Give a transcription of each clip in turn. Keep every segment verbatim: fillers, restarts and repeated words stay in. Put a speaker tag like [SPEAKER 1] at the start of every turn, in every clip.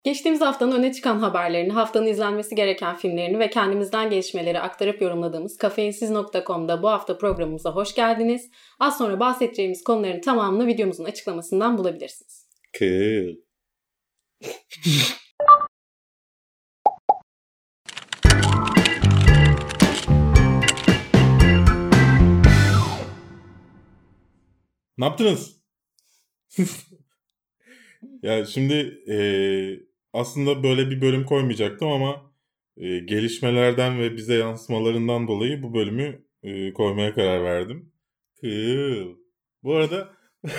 [SPEAKER 1] Geçtiğimiz haftanın öne çıkan haberlerini, haftanın izlenmesi gereken filmlerini ve kendimizden gelişmeleri aktarıp yorumladığımız kafeinsiz nokta com'da bu hafta programımıza hoş geldiniz. Az sonra bahsedeceğimiz konuların tamamını videomuzun açıklamasından bulabilirsiniz.
[SPEAKER 2] Cool. Ne yaptınız? Ya şimdi e, aslında böyle bir bölüm koymayacaktım ama e, gelişmelerden ve bize yansımalarından dolayı bu bölümü e, koymaya karar verdim. Cool. Bu arada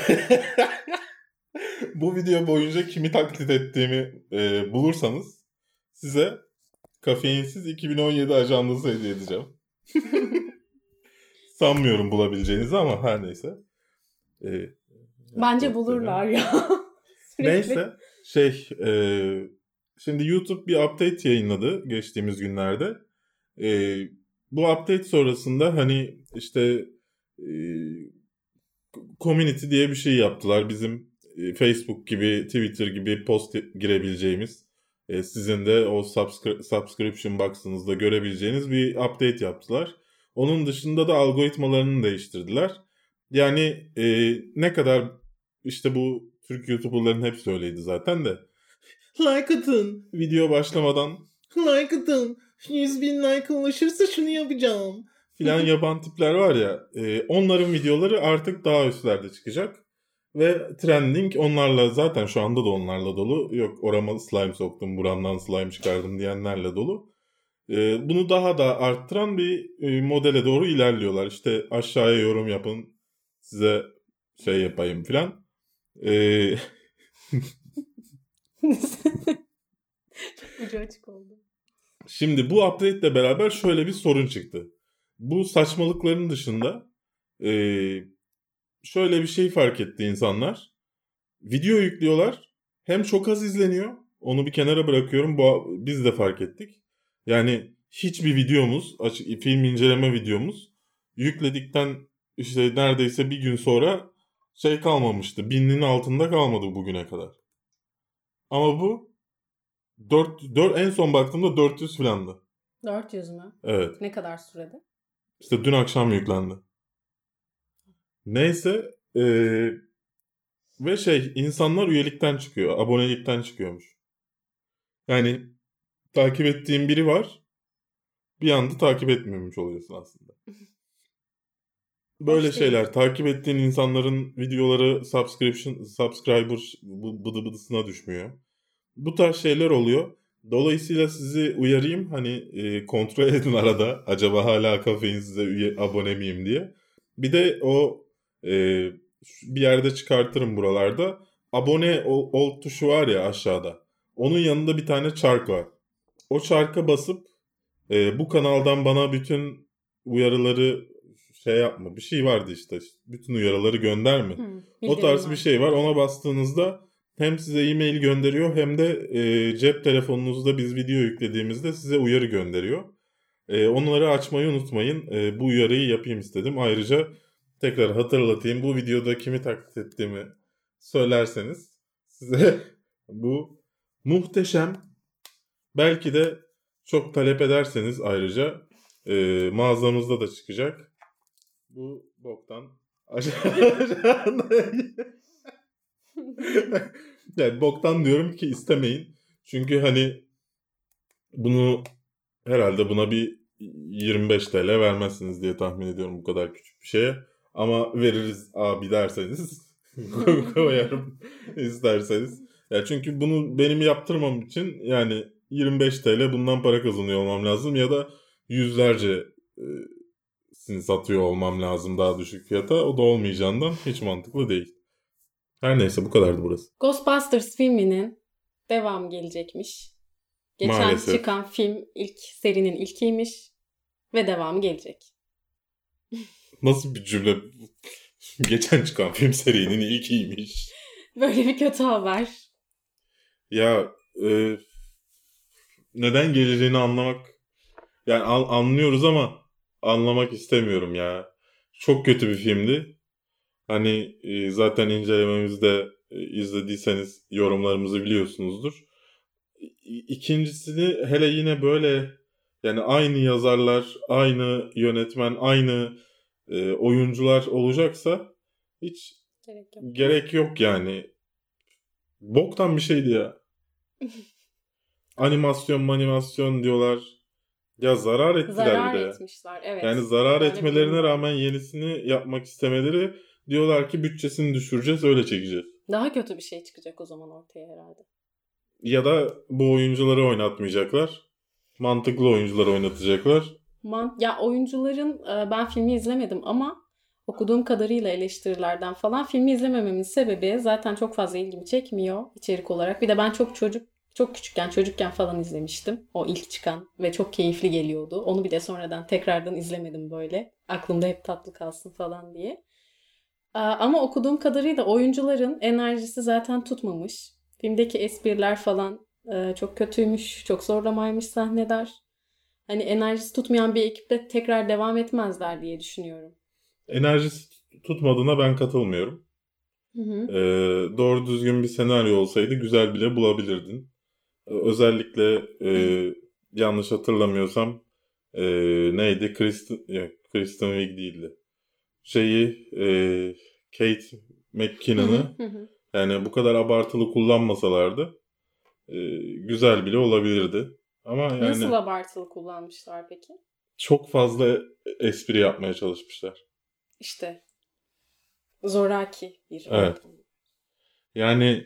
[SPEAKER 2] bu video boyunca kimi taklit ettiğimi e, bulursanız size kafeinsiz iki bin on yedi ajandası hediye edeceğim. Sanmıyorum bulabileceğinizi ama her neyse. E,
[SPEAKER 1] Bence bulurlar ya.
[SPEAKER 2] Neyse şey e, şimdi YouTube bir update yayınladı geçtiğimiz günlerde. E, bu update sonrasında hani işte e, community diye bir şey yaptılar. Bizim e, Facebook gibi, Twitter gibi post girebileceğimiz, e, sizin de o subscri- subscription box'ınızda görebileceğiniz bir update yaptılar. Onun dışında da algoritmalarını değiştirdiler. Yani e, ne kadar işte bu Türk YouTuber'ların hepsi öyleydi zaten de. Like atın video başlamadan. Like atın. yüz bin like ulaşırsa şunu yapacağım. Filan yaban tipler var ya. E, onların videoları artık daha üstlerde çıkacak. Ve trending onlarla zaten şu anda da onlarla dolu. Yok orama slime soktum, buramdan slime çıkardım diyenlerle dolu. E, bunu daha da arttıran bir e, modele doğru ilerliyorlar. İşte aşağıya yorum yapın. Size şey yapayım filan. Eee...
[SPEAKER 1] Ucu açık oldu.
[SPEAKER 2] Şimdi bu update ile beraber şöyle bir sorun çıktı. Bu saçmalıkların dışında eee, şöyle bir şey fark etti insanlar. Video yüklüyorlar. Hem çok az izleniyor. Onu bir kenara bırakıyorum. Bu, biz de fark ettik. Yani hiçbir videomuz, açık, film inceleme videomuz yükledikten işte neredeyse bir gün sonra şey kalmamıştı. Binin altında kalmadı bugüne kadar. Ama bu dört, dört, en son baktığımda dört yüz filandı.
[SPEAKER 1] dört yüz mü?
[SPEAKER 2] Evet.
[SPEAKER 1] Ne kadar sürede?
[SPEAKER 2] İşte dün akşam yüklendi. Neyse ee, ve şey insanlar üyelikten çıkıyor. Abonelikten çıkıyormuş. Yani takip ettiğin biri var. Bir anda takip etmiyormuş oluyorsun aslında. Böyle şeyler. Takip ettiğin insanların videoları subscription, subscriber bıdı bıdısına düşmüyor. Bu tarz şeyler oluyor. Dolayısıyla sizi uyarayım. Hani e, kontrol edin arada. Acaba hala kafein size üye, abone miyim diye. Bir de o e, bir yerde çıkartırım buralarda. Abone ol, ol tuşu var ya aşağıda. Onun yanında bir tane çark var. O çarka basıp e, bu kanaldan bana bütün uyarıları şey yapma. Bir şey vardı işte. Bütün uyarıları gönderme.
[SPEAKER 1] Hmm,
[SPEAKER 2] o tarz bir şey var. Ona bastığınızda hem size e-mail gönderiyor hem de e, cep telefonunuzda biz video yüklediğimizde size uyarı gönderiyor. E, onları açmayı unutmayın. E, bu uyarıyı yapayım istedim. Ayrıca tekrar hatırlatayım. Bu videoda kimi taklit ettiğimi söylerseniz size bu muhteşem, belki de çok talep ederseniz ayrıca e, mağazamızda da çıkacak. Bu boktan yani boktan diyorum ki istemeyin. Çünkü hani bunu herhalde buna bir yirmi beş TL vermezsiniz diye tahmin ediyorum bu kadar küçük bir şeye. Ama veririz abi derseniz koyarım isterseniz. Ya çünkü bunu benim yaptırmam için yani yirmi beş TL bundan para kazanıyor olmam lazım ya da yüzlerce e, sini satıyor olmam lazım daha düşük fiyata. O da olmayacağından hiç mantıklı değil. Her neyse bu kadardı burası.
[SPEAKER 1] Ghostbusters filminin devamı gelecekmiş. Geçen Maalesef. çıkan film ilk serinin ilkiymiş ve devamı gelecek.
[SPEAKER 2] Nasıl bir cümle? Geçen çıkan film serinin ilkiymiş.
[SPEAKER 1] Böyle bir kötü haber.
[SPEAKER 2] Ya e, neden geleceğini anlamak, yani an, anlıyoruz ama anlamak istemiyorum ya. Çok kötü bir filmdi. Hani e, zaten incelememizde e, izlediyseniz yorumlarımızı biliyorsunuzdur. ikincisini hele yine böyle yani aynı yazarlar, aynı yönetmen, aynı e, oyuncular olacaksa hiç
[SPEAKER 1] Gerek yok.
[SPEAKER 2] gerek yok yani. Boktan bir şeydi ya. Animasyon animasyon diyorlar. Ya zarar ettiler
[SPEAKER 1] Zarar
[SPEAKER 2] bir de.
[SPEAKER 1] etmişler, evet.
[SPEAKER 2] Yani zarar
[SPEAKER 1] Böyle bir
[SPEAKER 2] etmelerine
[SPEAKER 1] durum var.
[SPEAKER 2] rağmen yenisini yapmak istemeleri, diyorlar ki bütçesini düşüreceğiz, öyle çekeceğiz.
[SPEAKER 1] Daha kötü bir şey çıkacak o zaman ortaya herhalde.
[SPEAKER 2] Ya da bu oyuncuları oynatmayacaklar. Mantıklı oyuncuları oynatacaklar.
[SPEAKER 1] Man- ya oyuncuların e, ben filmi izlemedim ama okuduğum kadarıyla eleştirilerden falan filmi izlemememin sebebi zaten çok fazla ilgimi çekmiyor içerik olarak. Bir de ben çok çocuk çok küçükken çocukken falan izlemiştim. O ilk çıkan ve çok keyifli geliyordu. Onu bir de sonradan tekrardan izlemedim böyle. Aklımda hep tatlı kalsın falan diye. E, ama okuduğum kadarıyla oyuncuların enerjisi zaten tutmamış. Filmdeki espriler falan e, çok kötüymüş, çok zorlamaymış sahneler. Hani enerjisi tutmayan bir ekiple tekrar devam etmezler diye düşünüyorum.
[SPEAKER 2] Enerjisi tutmadığına ben katılmıyorum.
[SPEAKER 1] Hı hı.
[SPEAKER 2] Ee, doğru düzgün bir senaryo olsaydı güzel bile bulabilirdin. Ee, özellikle e, yanlış hatırlamıyorsam e, neydi? Kristen, yok, Kristen Wiig değildi. Şeyi e, Kate McKinnon'ı yani bu kadar abartılı kullanmasalardı e, güzel bile olabilirdi. Ama yani
[SPEAKER 1] Nasıl abartılı kullanmışlar peki?
[SPEAKER 2] çok fazla espri yapmaya çalışmışlar.
[SPEAKER 1] İşte zoraki bir
[SPEAKER 2] Evet.
[SPEAKER 1] ortam.
[SPEAKER 2] Yani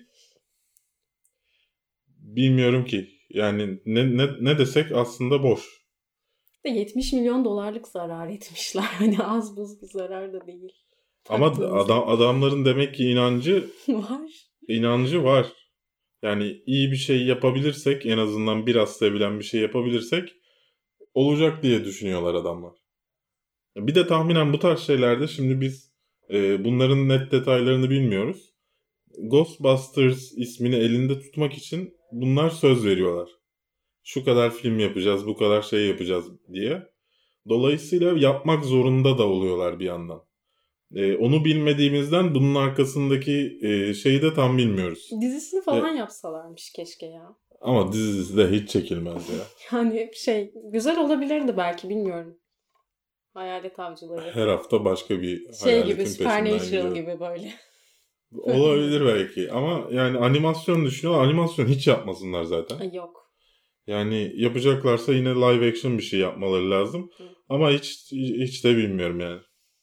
[SPEAKER 2] bilmiyorum ki. Yani ne, ne, ne desek aslında boş.
[SPEAKER 1] Ve yetmiş milyon dolarlık zarar etmişler. Hani az buz bir zarar da değil.
[SPEAKER 2] Ama
[SPEAKER 1] Baktığınızda.
[SPEAKER 2] adam, adamların demek ki inancı
[SPEAKER 1] Var.
[SPEAKER 2] inancı var. Yani iyi bir şey yapabilirsek, en azından biraz sevilen bir şey yapabilirsek olacak diye düşünüyorlar adamlar. Bir de tahminen bu tarz şeylerde şimdi biz e, bunların net detaylarını bilmiyoruz. Ghostbusters ismini elinde tutmak için bunlar söz veriyorlar. Şu kadar film yapacağız, bu kadar şey yapacağız diye. Dolayısıyla yapmak zorunda da oluyorlar bir yandan. Ee, onu bilmediğimizden bunun arkasındaki e, şeyi de tam bilmiyoruz.
[SPEAKER 1] Dizisini
[SPEAKER 2] E,
[SPEAKER 1] falan yapsalarmış keşke ya.
[SPEAKER 2] ama dizisi de hiç çekilmez ya.
[SPEAKER 1] Yani şey güzel olabilirdi belki bilmiyorum. Hayalet avcıları.
[SPEAKER 2] Her hafta başka bir
[SPEAKER 1] Şey gibi
[SPEAKER 2] hayaletin peşinden
[SPEAKER 1] Supernatural
[SPEAKER 2] gidiyor.
[SPEAKER 1] gibi böyle.
[SPEAKER 2] Olabilir belki ama yani animasyon düşünüyor. Animasyon hiç yapmasınlar zaten.
[SPEAKER 1] Ay, yok.
[SPEAKER 2] Yani yapacaklarsa yine live action bir şey yapmaları lazım.
[SPEAKER 1] Hı.
[SPEAKER 2] Ama hiç hiç de bilmiyorum yani.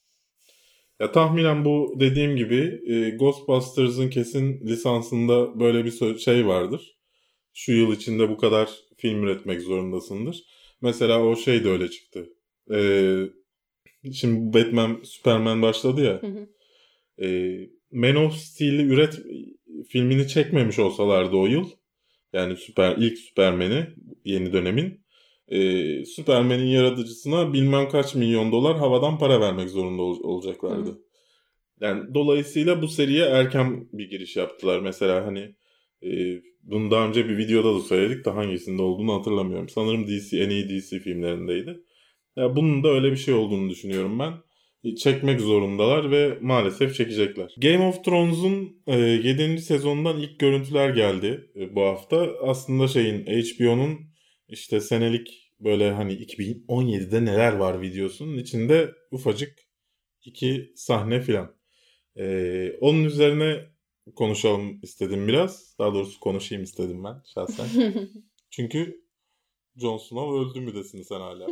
[SPEAKER 2] Ya tahminen bu dediğim gibi e, Ghostbusters'ın kesin lisansında böyle bir sö- şey vardır. Şu yıl içinde bu kadar film üretmek zorundasındır. Mesela o şey de öyle çıktı. Ee, şimdi Batman, Superman başladı ya.
[SPEAKER 1] Hı hı.
[SPEAKER 2] E, Man of Steel'i üret filmini çekmemiş olsalardı o yıl. Yani süper ilk Superman'i yeni dönemin. E, Superman'in yaratıcısına bilmem kaç milyon dolar havadan para vermek zorunda ol- olacaklardı.
[SPEAKER 1] Hı.
[SPEAKER 2] Yani dolayısıyla bu seriye erken bir giriş yaptılar. Mesela hani e, bunu daha önce bir videoda da söyledik de hangisinde olduğunu hatırlamıyorum. Sanırım D C, en iyi D C filmlerindeydi. Ya bunun da öyle bir şey olduğunu düşünüyorum ben. Çekmek zorundalar ve maalesef çekecekler. Game of Thrones'un e, yedinci sezonundan ilk görüntüler geldi e, bu hafta. Aslında şeyin H B O'nun işte senelik böyle hani iki bin on yedide neler var videosunun içinde ufacık iki sahne filan. E, onun üzerine konuşalım istedim biraz. Daha doğrusu konuşayım istedim ben şahsen. Çünkü Jon Snow öldü mü desin sen hala.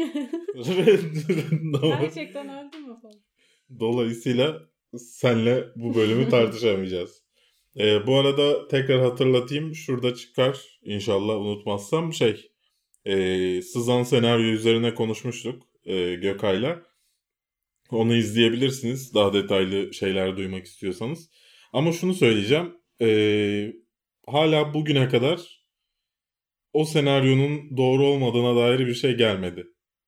[SPEAKER 1] Gerçekten öldü mü falan?
[SPEAKER 2] Dolayısıyla senle bu bölümü tartışamayacağız. Ee, bu arada tekrar hatırlatayım. Şurada çıkar inşallah unutmazsam şey. E, Sızan senaryo üzerine konuşmuştuk e, Gökay'la. Onu izleyebilirsiniz daha detaylı şeyler duymak istiyorsanız. Ama şunu söyleyeceğim. E, hala bugüne kadar o senaryonun doğru olmadığına dair bir şey gelmedi.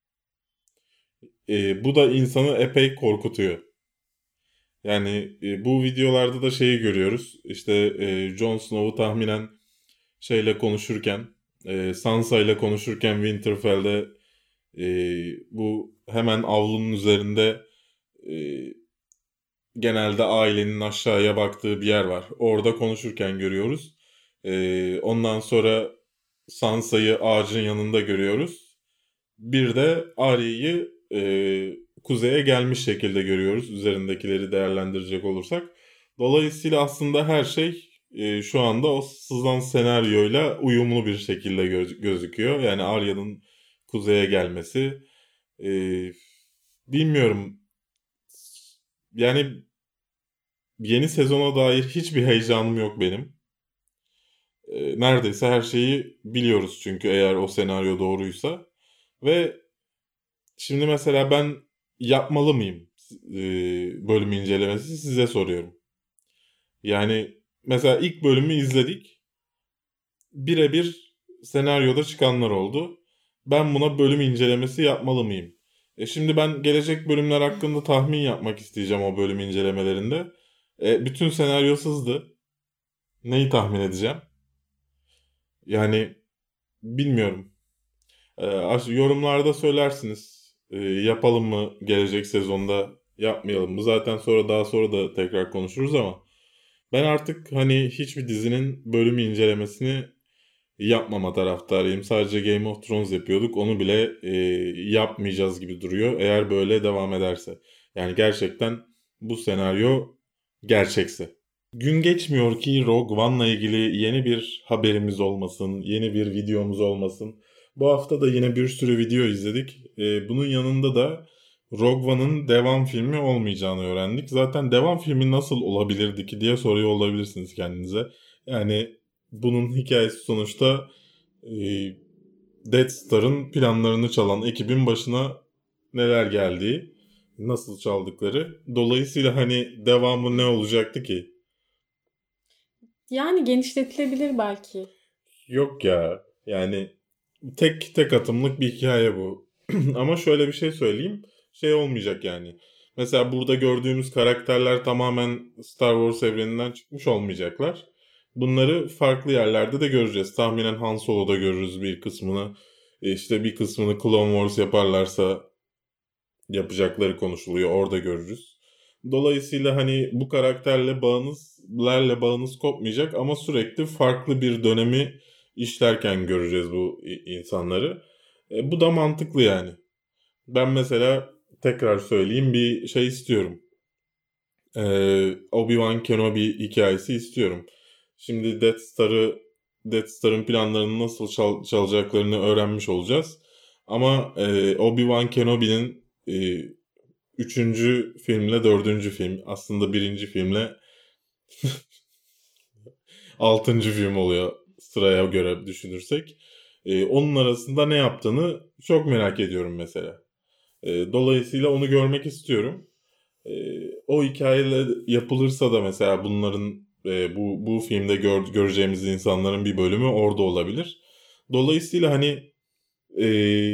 [SPEAKER 2] E, bu da insanı epey korkutuyor. Yani e, bu videolarda da şeyi görüyoruz. İşte e, Jon Snow'u tahminen şeyle konuşurken, e, Sansa ile konuşurken Winterfell'de e, bu hemen avlunun üzerinde e, genelde ailenin aşağıya baktığı bir yer var. Orada konuşurken görüyoruz. E, ondan sonra Sansa'yı ağacın yanında görüyoruz. Bir de Arya'yı e, kuzeye gelmiş şekilde görüyoruz. Üzerindekileri değerlendirecek olursak. Dolayısıyla aslında her şey e, şu anda o sızan senaryoyla uyumlu bir şekilde göz- gözüküyor. Yani Arya'nın kuzeye gelmesi. E, bilmiyorum. Yani yeni sezona dair hiçbir heyecanım yok benim. E, neredeyse her şeyi biliyoruz çünkü eğer o senaryo doğruysa. Ve şimdi mesela ben yapmalı mıyım e, bölüm incelemesi size soruyorum. Yani mesela ilk bölümü izledik. Birebir senaryoda çıkanlar oldu. Ben buna bölüm incelemesi yapmalı mıyım? E şimdi ben gelecek bölümler hakkında tahmin yapmak isteyeceğim o bölüm incelemelerinde. E, bütün senaryo sızdı. Neyi tahmin edeceğim? Yani bilmiyorum. E, yorumlarda söylersiniz. E, yapalım mı gelecek sezonda yapmayalım mı? Zaten sonra daha sonra da tekrar konuşuruz ama ben artık hani hiçbir dizinin bölüm incelemesini yapmama taraftarıyım. Sadece Game of Thrones yapıyorduk. Onu bile e, yapmayacağız gibi duruyor. Eğer böyle devam ederse. Yani gerçekten bu senaryo gerçekse. Gün geçmiyor ki Rogue One'la ilgili yeni bir haberimiz olmasın, yeni bir videomuz olmasın. Bu hafta da yine bir sürü video izledik. E, bunun yanında da Rogue One'ın devam filmi olmayacağını öğrendik. Zaten devam filmi nasıl olabilirdi ki diye soruyor olabilirsiniz kendinize. Yani bunun hikayesi sonuçta e, Death Star'ın planlarını çalan ekibin başına neler geldiği, nasıl çaldıkları. Dolayısıyla hani devamı ne olacaktı ki?
[SPEAKER 1] Yani genişletilebilir belki.
[SPEAKER 2] Yok ya. Yani tek tek atımlık bir hikaye bu. Ama şöyle bir şey söyleyeyim. Şey olmayacak yani. Mesela burada gördüğümüz karakterler tamamen Star Wars evreninden çıkmış olmayacaklar. Bunları farklı yerlerde de göreceğiz. Tahminen Han Solo'da görürüz bir kısmını. E İşte bir kısmını Clone Wars yaparlarsa yapacakları konuşuluyor. Orada görürüz. Dolayısıyla hani bu karakterle bağınızlarla bağınız kopmayacak ama sürekli farklı bir dönemi işlerken göreceğiz bu insanları. E, bu da mantıklı yani. Ben mesela tekrar söyleyeyim bir şey istiyorum. E, Obi-Wan Kenobi hikayesi istiyorum. Şimdi Death Star'ı Death Star'ın planlarını nasıl çal- çalacaklarını öğrenmiş olacağız. Ama e, Obi-Wan Kenobi'nin e, üçüncü filmle dördüncü film aslında birinci filmle altıncı film oluyor sıraya göre düşünürsek. Ee, onun arasında ne yaptığını çok merak ediyorum mesela. Ee, dolayısıyla onu görmek istiyorum. Ee, o hikayeyle yapılırsa da mesela bunların e, bu bu filmde gör, göreceğimiz insanların bir bölümü orada olabilir. Dolayısıyla hani e,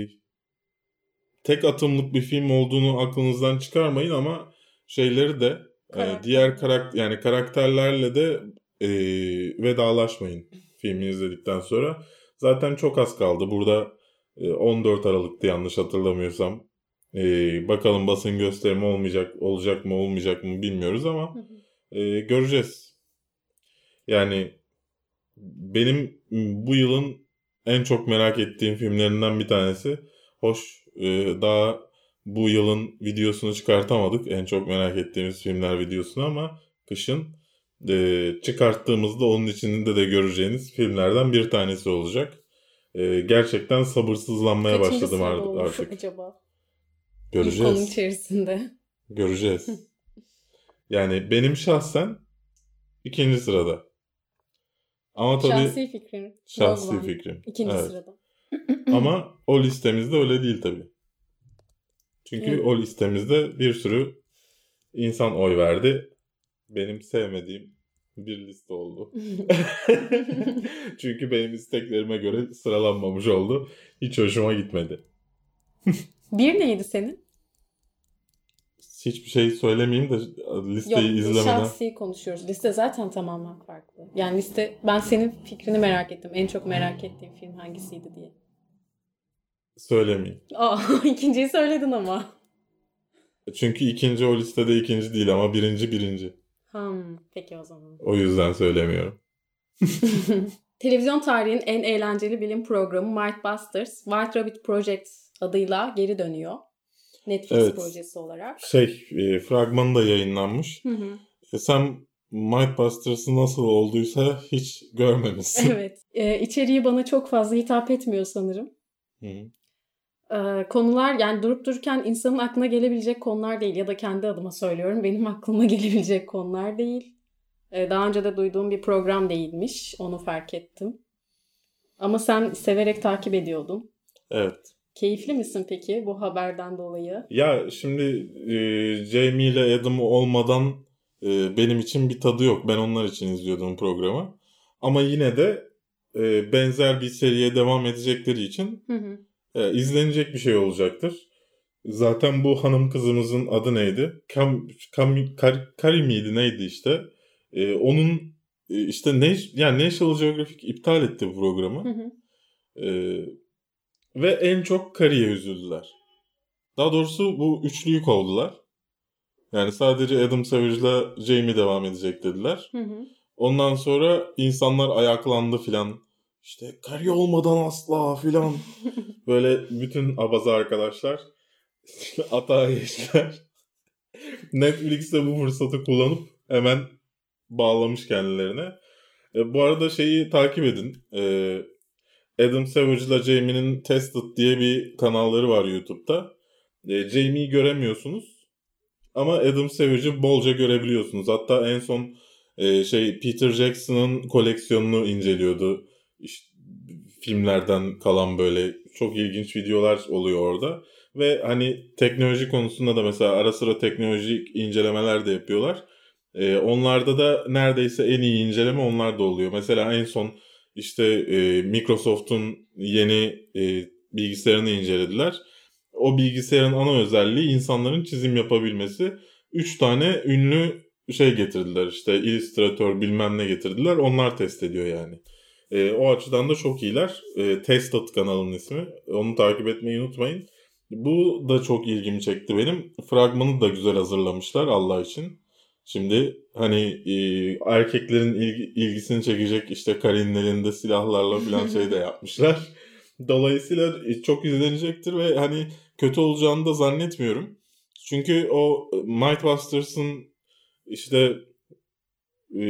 [SPEAKER 2] tek atımlık bir film olduğunu aklınızdan çıkarmayın ama şeyleri de e, diğer
[SPEAKER 1] Karakter.
[SPEAKER 2] karakter yani karakterlerle de e, vedalaşmayın filmi izledikten sonra. Zaten çok az kaldı. Burada e, on dört Aralık'tı yanlış hatırlamıyorsam. E, bakalım basın gösterimi olmayacak olacak mı olmayacak mı bilmiyoruz ama e, göreceğiz. Yani benim bu yılın en çok merak ettiğim filmlerinden bir tanesi. Hoş e, daha bu yılın videosunu çıkartamadık. En çok merak ettiğimiz filmler videosunu ama kışın e, çıkarttığımızda onun içinde de göreceğiniz filmlerden bir tanesi olacak. E, gerçekten sabırsızlanmaya
[SPEAKER 1] Kaçıncı
[SPEAKER 2] başladım
[SPEAKER 1] sırada
[SPEAKER 2] ar-
[SPEAKER 1] olur
[SPEAKER 2] artık.
[SPEAKER 1] acaba? İlk onun
[SPEAKER 2] Göreceğiz.
[SPEAKER 1] içerisinde.
[SPEAKER 2] Göreceğiz. Yani benim şahsen ikinci sırada. Ama tabii
[SPEAKER 1] Şahsi fikrim. Rogue
[SPEAKER 2] şahsi
[SPEAKER 1] One.
[SPEAKER 2] fikrim.
[SPEAKER 1] İkinci
[SPEAKER 2] Evet.
[SPEAKER 1] sırada.
[SPEAKER 2] Ama o listemizde öyle değil tabii. Çünkü
[SPEAKER 1] Evet.
[SPEAKER 2] o listemizde bir sürü insan oy verdi. Benim sevmediğim bir liste oldu. Çünkü benim isteklerime göre sıralanmamış oldu. Hiç hoşuma gitmedi.
[SPEAKER 1] Bir neydi senin?
[SPEAKER 2] Hiçbir şey söylemeyeyim de listeyi
[SPEAKER 1] Yok,
[SPEAKER 2] izlemeden.
[SPEAKER 1] şahsi konuşuyoruz. Liste zaten tamamen farklı. Yani liste, ben senin fikrini merak ettim. En çok merak ettiğin film hangisiydi diye.
[SPEAKER 2] Söylemeyeyim.
[SPEAKER 1] Aa, ikinciyi söyledin ama.
[SPEAKER 2] Çünkü ikinci o listede ikinci değil ama birinci birinci.
[SPEAKER 1] Hmm, peki o zaman.
[SPEAKER 2] O yüzden söylemiyorum.
[SPEAKER 1] Televizyon tarihinin en eğlenceli bilim programı Mythbusters, White Rabbit Project adıyla geri dönüyor. Netflix
[SPEAKER 2] evet.
[SPEAKER 1] projesi olarak.
[SPEAKER 2] Şey, e, fragmanı da yayınlanmış.
[SPEAKER 1] Hı hı.
[SPEAKER 2] E, sen Mythbusters'ı nasıl olduysa hiç görmemişsin.
[SPEAKER 1] Evet. E, içeriği bana çok fazla hitap etmiyor sanırım.
[SPEAKER 2] Hı hı.
[SPEAKER 1] E, konular yani durup dururken insanın aklına gelebilecek konular değil. Ya da kendi adıma söylüyorum. Benim aklıma gelebilecek konular değil. E, daha önce de duyduğum bir program değilmiş. Onu fark ettim. Ama sen severek takip ediyordun.
[SPEAKER 2] Evet.
[SPEAKER 1] Keyifli misin peki bu haberden dolayı?
[SPEAKER 2] Ya şimdi e, Jamie ile Adam olmadan e, benim için bir tadı yok. Ben onlar için izliyordum programı. Ama yine de e, benzer bir seriye devam edecekleri için
[SPEAKER 1] Hı hı.
[SPEAKER 2] e, izlenecek bir şey olacaktır. Zaten bu hanım kızımızın adı neydi? Kam, Kam, Kar, Kari miydi neydi işte? E, onun e, işte ne, yani National Geographic iptal etti bu programı.
[SPEAKER 1] Hı hı.
[SPEAKER 2] E, ve en çok Kari'ye üzüldüler. Daha doğrusu bu üçlüyü kovdular. Yani sadece Adam Savage'la Jamie devam edecek dediler.
[SPEAKER 1] Hı hı.
[SPEAKER 2] Ondan sonra insanlar ayaklandı filan. İşte Kari olmadan asla filan. Böyle bütün abaza arkadaşlar atağa geçtiler. Netflix de bu fırsatı kullanıp hemen bağlamış kendilerine. E, bu arada şeyi takip edin. E, Adam Savage'la Jamie'nin Tested diye bir kanalları var YouTube'da. E, Jamie'yi göremiyorsunuz. Ama Adam Savage'ı bolca görebiliyorsunuz. Hatta en son e, şey Peter Jackson'ın koleksiyonunu inceliyordu. İşte, filmlerden kalan böyle çok ilginç videolar oluyor orada. Ve hani teknoloji konusunda da mesela ara sıra teknolojik incelemeler de yapıyorlar. E, onlarda da neredeyse en iyi inceleme onlar da oluyor. Mesela en son işte e, Microsoft'un yeni e, bilgisayarını incelediler. O bilgisayarın ana özelliği insanların çizim yapabilmesi. Üç tane ünlü şey getirdiler işte Illustrator bilmem ne getirdiler. Onlar test ediyor yani. E, o açıdan da çok iyiler. E, Tested kanalının ismi. Onu takip etmeyi unutmayın. Bu da çok ilgimi çekti benim. Fragmanı da güzel hazırlamışlar Allah için. Şimdi hani e, erkeklerin ilgi, ilgisini çekecek işte Karin'in elinde silahlarla falan şey de yapmışlar. Dolayısıyla çok izlenecektir ve hani kötü olacağını da zannetmiyorum. Çünkü o Mythbusters'ın işte e,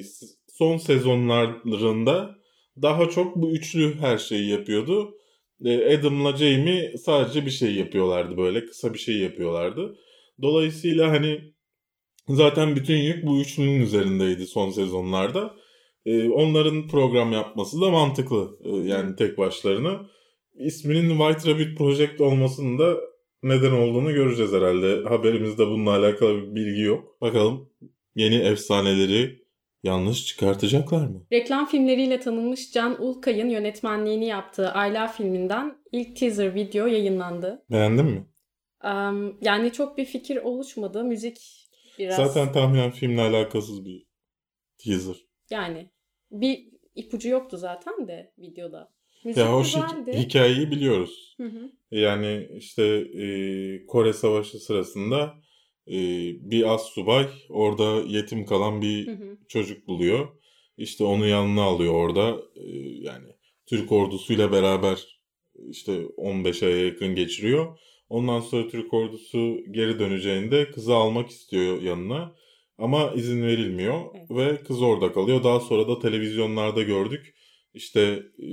[SPEAKER 2] son sezonlarında daha çok bu üçlü her şeyi yapıyordu. E, Adam'la Jamie sadece bir şey yapıyorlardı böyle kısa bir şey yapıyorlardı. Dolayısıyla hani zaten bütün yük bu üçlünün üzerindeydi son sezonlarda. E, onların program yapması da mantıklı e, yani tek başlarına. İsminin White Rabbit Project olmasının da neden olduğunu göreceğiz herhalde. Haberimizde bununla alakalı bir bilgi yok. Bakalım yeni efsaneleri yanlış çıkartacaklar mı?
[SPEAKER 1] Reklam filmleriyle tanınmış Can Ulkay'ın yönetmenliğini yaptığı Ayla filminden ilk teaser video yayınlandı.
[SPEAKER 2] Beğendin mi?
[SPEAKER 1] Um, yani çok bir fikir oluşmadı. Müzik biraz...
[SPEAKER 2] Zaten tahminen filmle alakasız bir teaser.
[SPEAKER 1] Yani bir ipucu yoktu zaten de videoda. Müzik
[SPEAKER 2] ya o
[SPEAKER 1] güzeldi.
[SPEAKER 2] Şi- hikayeyi biliyoruz.
[SPEAKER 1] Hı hı.
[SPEAKER 2] Yani işte e, Kore Savaşı sırasında e, bir astsubay orada yetim kalan bir
[SPEAKER 1] Hı hı.
[SPEAKER 2] çocuk buluyor. İşte onu yanına alıyor orada. E, yani Türk ordusuyla beraber işte on beş aya yakın geçiriyor. Ondan sonra Türk ordusu geri döneceğinde kızı almak istiyor yanına. Ama izin verilmiyor
[SPEAKER 1] Evet.
[SPEAKER 2] ve kız orada kalıyor. Daha sonra da televizyonlarda gördük. İşte e,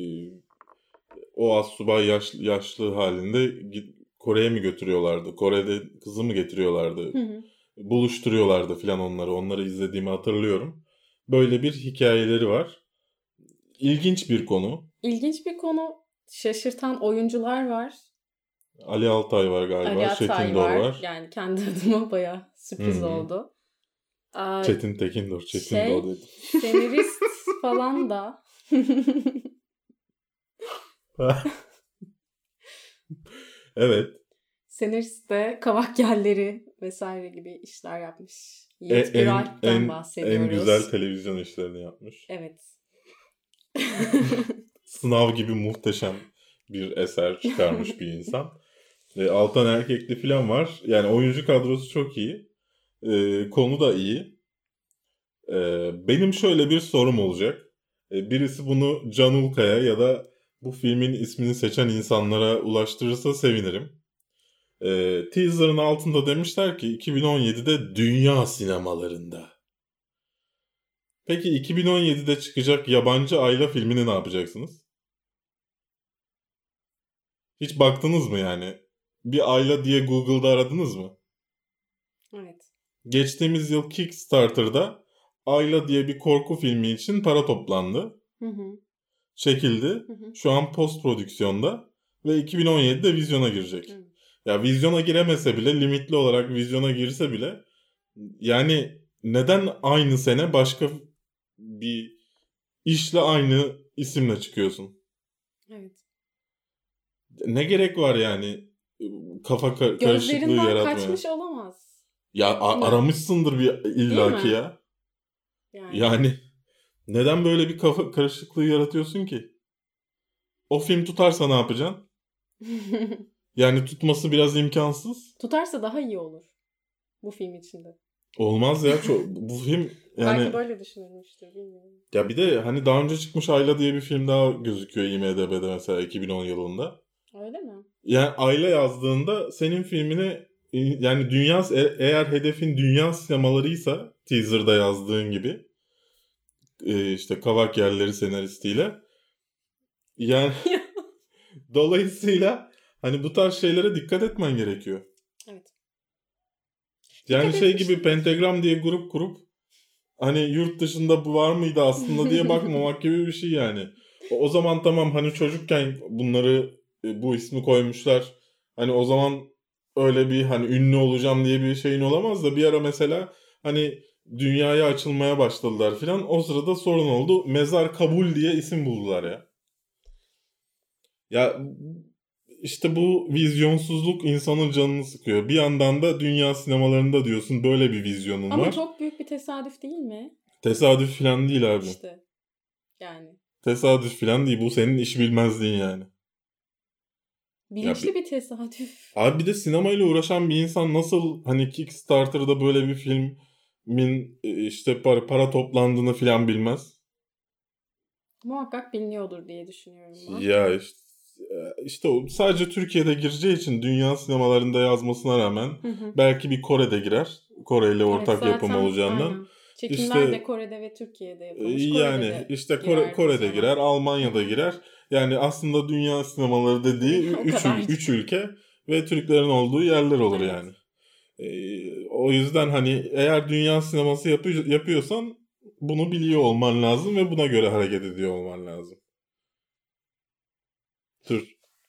[SPEAKER 2] o astsubay yaş, yaşlı halinde Kore'ye mi götürüyorlardı? Kore'de kızı mı getiriyorlardı?
[SPEAKER 1] Hı hı.
[SPEAKER 2] Buluşturuyorlardı falan onları. Onları izlediğimi hatırlıyorum. Böyle bir hikayeleri var. İlginç bir konu.
[SPEAKER 1] İlginç bir konu. Şaşırtan oyuncular var.
[SPEAKER 2] Ali Altay var galiba.
[SPEAKER 1] Ali Atay
[SPEAKER 2] Çetin Dor
[SPEAKER 1] var.
[SPEAKER 2] var.
[SPEAKER 1] Yani kendi adıma bayağı sürpriz
[SPEAKER 2] Hı-hı.
[SPEAKER 1] oldu. Aa,
[SPEAKER 2] Çetin Tekindor. Çetin
[SPEAKER 1] şey,
[SPEAKER 2] Dor dedim.
[SPEAKER 1] Senarist falan da.
[SPEAKER 2] Evet.
[SPEAKER 1] Senarist de Kavak Yelleri vesaire gibi işler yapmış. Yiğit
[SPEAKER 2] E, en,
[SPEAKER 1] Güralp'ten
[SPEAKER 2] en,
[SPEAKER 1] bahsediyoruz.
[SPEAKER 2] en güzel televizyon işlerini yapmış.
[SPEAKER 1] Evet.
[SPEAKER 2] Sınav gibi muhteşem bir eser çıkarmış bir insan. E, Altan Erkekli falan var. Yani oyuncu kadrosu çok iyi. E, konu da iyi. E, benim şöyle bir sorum olacak. E, birisi bunu Can Ulkaya ya da bu filmin ismini seçen insanlara ulaştırırsa sevinirim. E, teaser'ın altında demişler ki iki bin on yedide dünya sinemalarında. Peki iki bin on yedide çıkacak yabancı Ayla filmini ne yapacaksınız? Hiç baktınız mı yani? Bir Ayla diye Google'da aradınız mı?
[SPEAKER 1] Evet.
[SPEAKER 2] Geçtiğimiz yıl Kickstarter'da Ayla diye bir korku filmi için para toplandı.
[SPEAKER 1] Hı hı.
[SPEAKER 2] Çekildi.
[SPEAKER 1] Hı hı.
[SPEAKER 2] Şu an post prodüksiyonda ve iki bin on yedide vizyona girecek.
[SPEAKER 1] Hı.
[SPEAKER 2] Ya vizyona giremese bile, limitli olarak vizyona girse bile, yani neden aynı sene başka bir işle aynı isimle çıkıyorsun?
[SPEAKER 1] Evet.
[SPEAKER 2] Ne gerek var yani kafa kar- karışıklığı
[SPEAKER 1] Gözlerinden
[SPEAKER 2] yaratmaya?
[SPEAKER 1] kaçmış olamaz.
[SPEAKER 2] Ya a-
[SPEAKER 1] Değil mi?
[SPEAKER 2] aramışsındır bir illaki
[SPEAKER 1] mi?
[SPEAKER 2] ya.
[SPEAKER 1] Yani.
[SPEAKER 2] Yani neden böyle bir kafa karışıklığı yaratıyorsun ki? O film tutarsa ne yapacaksın? Yani tutması biraz imkansız.
[SPEAKER 1] Tutarsa daha iyi olur. Bu film içinde.
[SPEAKER 2] Olmaz ya. Çok, bu film yani...
[SPEAKER 1] Belki böyle düşünülmüştür. Bilmiyorum.
[SPEAKER 2] Ya bir de hani daha önce çıkmış Ayla diye bir film daha gözüküyor I M D B'de mesela iki bin on yılında.
[SPEAKER 1] Öyle mi?
[SPEAKER 2] Yani Ayla yazdığında senin filmini, yani dünya, e- eğer hedefin dünya sinemalarıysa teaser'da yazdığın gibi e, işte Kavak Yerleri senaristiyle, yani dolayısıyla hani bu tarz şeylere dikkat etmen gerekiyor.
[SPEAKER 1] Evet.
[SPEAKER 2] Yani
[SPEAKER 1] Dikkat
[SPEAKER 2] şey
[SPEAKER 1] etmiştim.
[SPEAKER 2] gibi Pentagram diye grup kurup hani yurt dışında bu var mıydı aslında diye bakmamak gibi bir şey yani. O, o zaman tamam, hani çocukken bunları e, bu ismi koymuşlar. Hani o zaman öyle bir hani ünlü olacağım diye bir şeyin olamaz da bir ara mesela hani dünyaya açılmaya başladılar filan. O sırada sorun oldu. Mezar Kabul diye isim buldular ya. Ya işte bu vizyonsuzluk insanın canını sıkıyor. Bir yandan da dünya sinemalarında diyorsun böyle bir vizyonun
[SPEAKER 1] Ama
[SPEAKER 2] var.
[SPEAKER 1] çok büyük bir tesadüf değil mi?
[SPEAKER 2] Tesadüf filan değil abi.
[SPEAKER 1] İşte. Yani.
[SPEAKER 2] Tesadüf filan değil. Bu senin iş bilmezliğin yani.
[SPEAKER 1] Bilinçli
[SPEAKER 2] Ya bir,
[SPEAKER 1] bir tesadüf.
[SPEAKER 2] abi bir de sinemayla uğraşan bir insan nasıl hani Kickstarter'da böyle bir filmin e, işte para, para toplandığını filan bilmez.
[SPEAKER 1] Muhakkak biliniyordur diye düşünüyorum ben.
[SPEAKER 2] Ya işte, işte o sadece Türkiye'de gireceği için dünya sinemalarında yazmasına rağmen
[SPEAKER 1] Hı hı.
[SPEAKER 2] belki bir Kore'de girer. Kore ile ortak
[SPEAKER 1] Evet,
[SPEAKER 2] yapım
[SPEAKER 1] zaten
[SPEAKER 2] olacağından.
[SPEAKER 1] aynen. Çekimler de
[SPEAKER 2] İşte
[SPEAKER 1] Kore'de ve Türkiye'de
[SPEAKER 2] e,
[SPEAKER 1] yapılmış. Kore'de
[SPEAKER 2] yani
[SPEAKER 1] de
[SPEAKER 2] işte Kore,
[SPEAKER 1] girer
[SPEAKER 2] Kore'de
[SPEAKER 1] vizyona.
[SPEAKER 2] girer, Almanya'da
[SPEAKER 1] Hı hı.
[SPEAKER 2] girer. Yani aslında dünya sinemaları dediği
[SPEAKER 1] O
[SPEAKER 2] üç,
[SPEAKER 1] kadar.
[SPEAKER 2] üç ülke ve Türklerin olduğu yerler olur
[SPEAKER 1] Evet.
[SPEAKER 2] yani. Ee, o yüzden hani eğer dünya sineması yapı- yapıyorsan bunu biliyor olman lazım ve buna göre hareket ediyor olman lazım. Dur.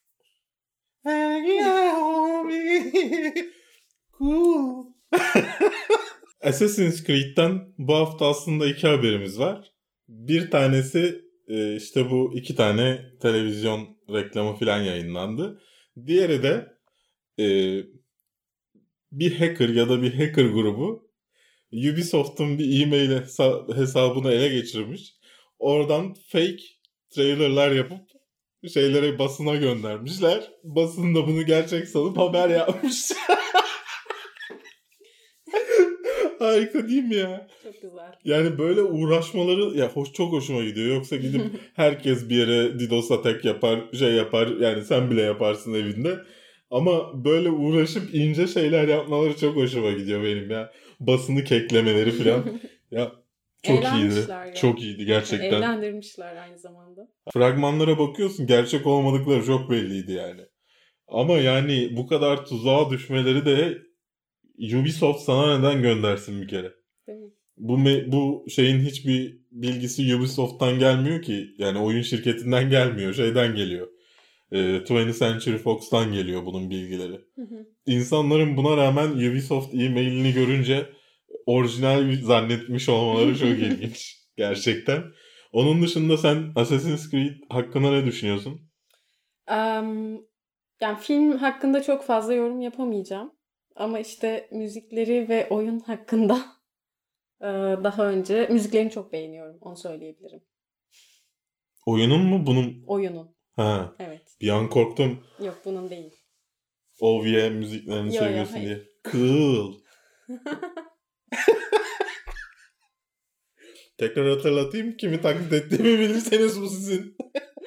[SPEAKER 2] Cool. Assassin's Creed'den bu hafta aslında iki haberimiz var. Bir tanesi e, işte bu iki tane televizyon reklamı falan yayınlandı. Diğeri de e, bir hacker ya da bir hacker grubu Ubisoft'un bir e-mail hesa- hesabını ele geçirmiş. Oradan fake trailerlar yapıp şeylere, basına göndermişler. Basın da bunu gerçek sanıp haber yapmış. Harika değil mi ya?
[SPEAKER 1] Çok güzel.
[SPEAKER 2] Yani böyle uğraşmaları ya hoş, çok hoşuma gidiyor. Yoksa gidip herkes bir yere DDoS attack yapar, şey yapar. Yani sen bile yaparsın evinde. Ama böyle uğraşıp ince şeyler yapmaları çok hoşuma gidiyor benim ya. Basını keklemeleri falan. Ya çok iyiydi.
[SPEAKER 1] Eğlenmişler ya.
[SPEAKER 2] Çok iyiydi gerçekten.
[SPEAKER 1] Eğlendirmişler aynı zamanda.
[SPEAKER 2] Fragmanlara bakıyorsun, gerçek olmadıkları çok belliydi yani. Ama yani bu kadar tuzağa düşmeleri de, Ubisoft sana neden göndersin bir kere?
[SPEAKER 1] Değil mi?
[SPEAKER 2] Bu me- bu şeyin hiçbir bilgisi Ubisoft'tan gelmiyor ki. Yani oyun şirketinden gelmiyor, şeyden geliyor. Ee, twentieth Century Fox'tan geliyor bunun bilgileri.
[SPEAKER 1] Hı hı.
[SPEAKER 2] İnsanların buna rağmen Ubisoft e-mailini görünce orijinal zannetmiş olmaları çok ilginç. Gerçekten. Onun dışında sen Assassin's Creed hakkında ne düşünüyorsun?
[SPEAKER 1] Em, yani film hakkında çok fazla yorum yapamayacağım. Ama işte müzikleri ve oyun hakkında e, daha önce müziklerini çok beğeniyorum. Onu söyleyebilirim.
[SPEAKER 2] Oyunun mu bunun?
[SPEAKER 1] Oyunun.
[SPEAKER 2] Ha.
[SPEAKER 1] Evet.
[SPEAKER 2] Bir an korktum.
[SPEAKER 1] Yok, bunun değil.
[SPEAKER 2] O V M müziklerini
[SPEAKER 1] Yo yo
[SPEAKER 2] seviyorsun
[SPEAKER 1] hayır.
[SPEAKER 2] diye. Cool. Tekrar hatırlatayım. Kimi taklit ettiğimi bilirseniz bu sizin.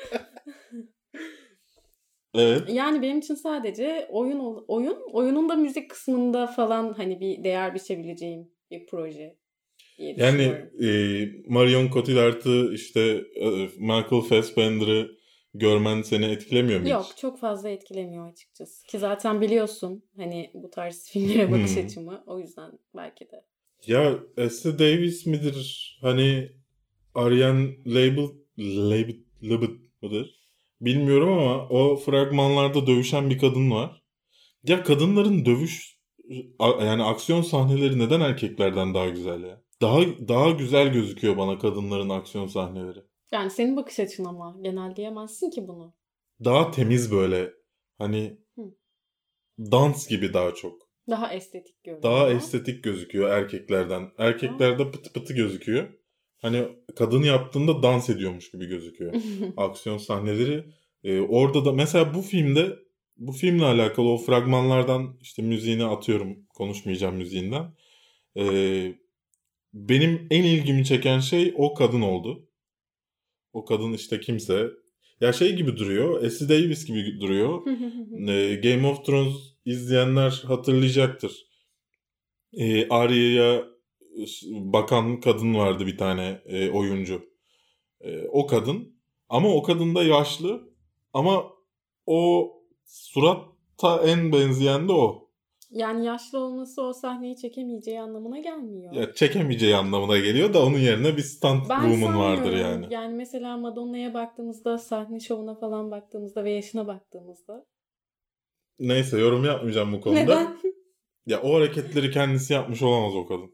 [SPEAKER 2] Evet.
[SPEAKER 1] Yani benim için sadece oyun oyun oyunun da müzik kısmında falan hani bir değer biçebileceğim bir proje diye
[SPEAKER 2] Yani
[SPEAKER 1] düşünüyorum.
[SPEAKER 2] e, Marion Cotillard'ı işte e, Michael Fassbender'ı görmen seni etkilemiyor mu
[SPEAKER 1] Yok,
[SPEAKER 2] hiç?
[SPEAKER 1] çok fazla etkilemiyor açıkçası. Ki zaten biliyorsun hani bu tarz filmlere bakış
[SPEAKER 2] Hmm.
[SPEAKER 1] açımı. O yüzden belki de.
[SPEAKER 2] Ya Esther Davis midir? Hani Ariane Label Label Label mıdır? Bilmiyorum ama o fragmanlarda dövüşen bir kadın var. Ya kadınların dövüş a- yani aksiyon sahneleri neden erkeklerden daha güzel ya? Daha daha güzel gözüküyor bana kadınların aksiyon sahneleri.
[SPEAKER 1] Yani senin bakış açın ama genel diyemezsin ki bunu.
[SPEAKER 2] Daha temiz böyle. Hani
[SPEAKER 1] Hı.
[SPEAKER 2] dans gibi daha çok.
[SPEAKER 1] Daha estetik
[SPEAKER 2] Daha
[SPEAKER 1] görünüyor.
[SPEAKER 2] estetik gözüküyor erkeklerden.
[SPEAKER 1] Aa.
[SPEAKER 2] Erkeklerde pıtı pıtı gözüküyor. Hani kadın yaptığında dans ediyormuş gibi gözüküyor. Aksiyon sahneleri. Ee, orada da mesela bu filmde bu filmle alakalı o fragmanlardan işte müziğini atıyorum. Konuşmayacağım müziğinden. Ee, benim en ilgimi çeken şey o kadın oldu. O kadın işte kimse. Ya şey gibi duruyor. Essie Davis gibi duruyor. Ee, Game of Thrones izleyenler hatırlayacaktır. Ee, Arya'ya bakan kadın vardı bir tane e, oyuncu. E, o kadın. Ama o kadın da yaşlı. Ama o suratta en benzeyen de o.
[SPEAKER 1] Yani yaşlı olması o sahneyi çekemeyeceği anlamına gelmiyor.
[SPEAKER 2] Ya çekemeyeceği anlamına geliyor da onun yerine bir stunt
[SPEAKER 1] Ben
[SPEAKER 2] woman vardır
[SPEAKER 1] sanmıyorum.
[SPEAKER 2] yani.
[SPEAKER 1] Yani mesela Madonna'ya baktığımızda, sahne şovuna falan baktığımızda ve yaşına baktığımızda.
[SPEAKER 2] Neyse yorum yapmayacağım bu konuda.
[SPEAKER 1] Neden?
[SPEAKER 2] Ya o hareketleri kendisi yapmış olamaz o kadın.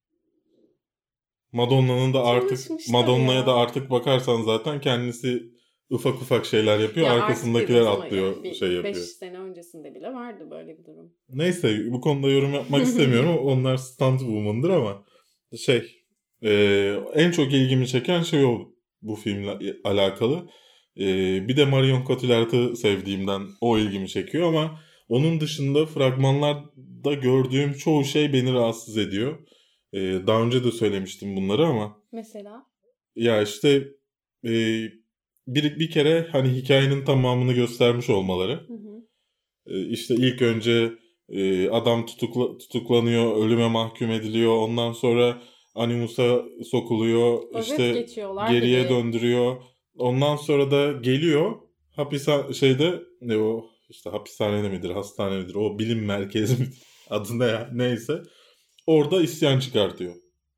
[SPEAKER 2] Madonna'nın da artık
[SPEAKER 1] Çalışmışlar
[SPEAKER 2] Madonna'ya da
[SPEAKER 1] ya.
[SPEAKER 2] artık bakarsan zaten kendisi ufak ufak şeyler yapıyor.
[SPEAKER 1] Ya artık
[SPEAKER 2] Arkasındakiler
[SPEAKER 1] dediğimiz ama
[SPEAKER 2] atlıyor,
[SPEAKER 1] yani bir
[SPEAKER 2] şey
[SPEAKER 1] beş
[SPEAKER 2] yapıyor.
[SPEAKER 1] sene öncesinde bile vardı böyle bir durum.
[SPEAKER 2] Neyse bu konuda yorum yapmak istemiyorum. Onlar stunt woman'dır ama şey e, en çok ilgimi çeken şey o bu filmle alakalı. E, bir de Marion Cotillard'ı sevdiğimden o ilgimi çekiyor ama onun dışında fragmanlarda gördüğüm çoğu şey beni rahatsız ediyor. E, daha önce de söylemiştim bunları ama
[SPEAKER 1] Mesela?
[SPEAKER 2] ya işte e, bir, bir kere hani hikayenin tamamını göstermiş olmaları.
[SPEAKER 1] Hı hı.
[SPEAKER 2] E, işte ilk önce e, adam tutukla, tutuklanıyor, ölüme mahkum ediliyor. Ondan sonra Animus'a sokuluyor,
[SPEAKER 1] Özet
[SPEAKER 2] işte
[SPEAKER 1] geçiyorlar
[SPEAKER 2] geriye
[SPEAKER 1] gibi.
[SPEAKER 2] döndürüyor. Ondan sonra da geliyor hapishane şeyde ne o işte hapishane midir, hastane midir, o bilim merkezi midir adı ne ya neyse. Orada isyan çıkartıyor.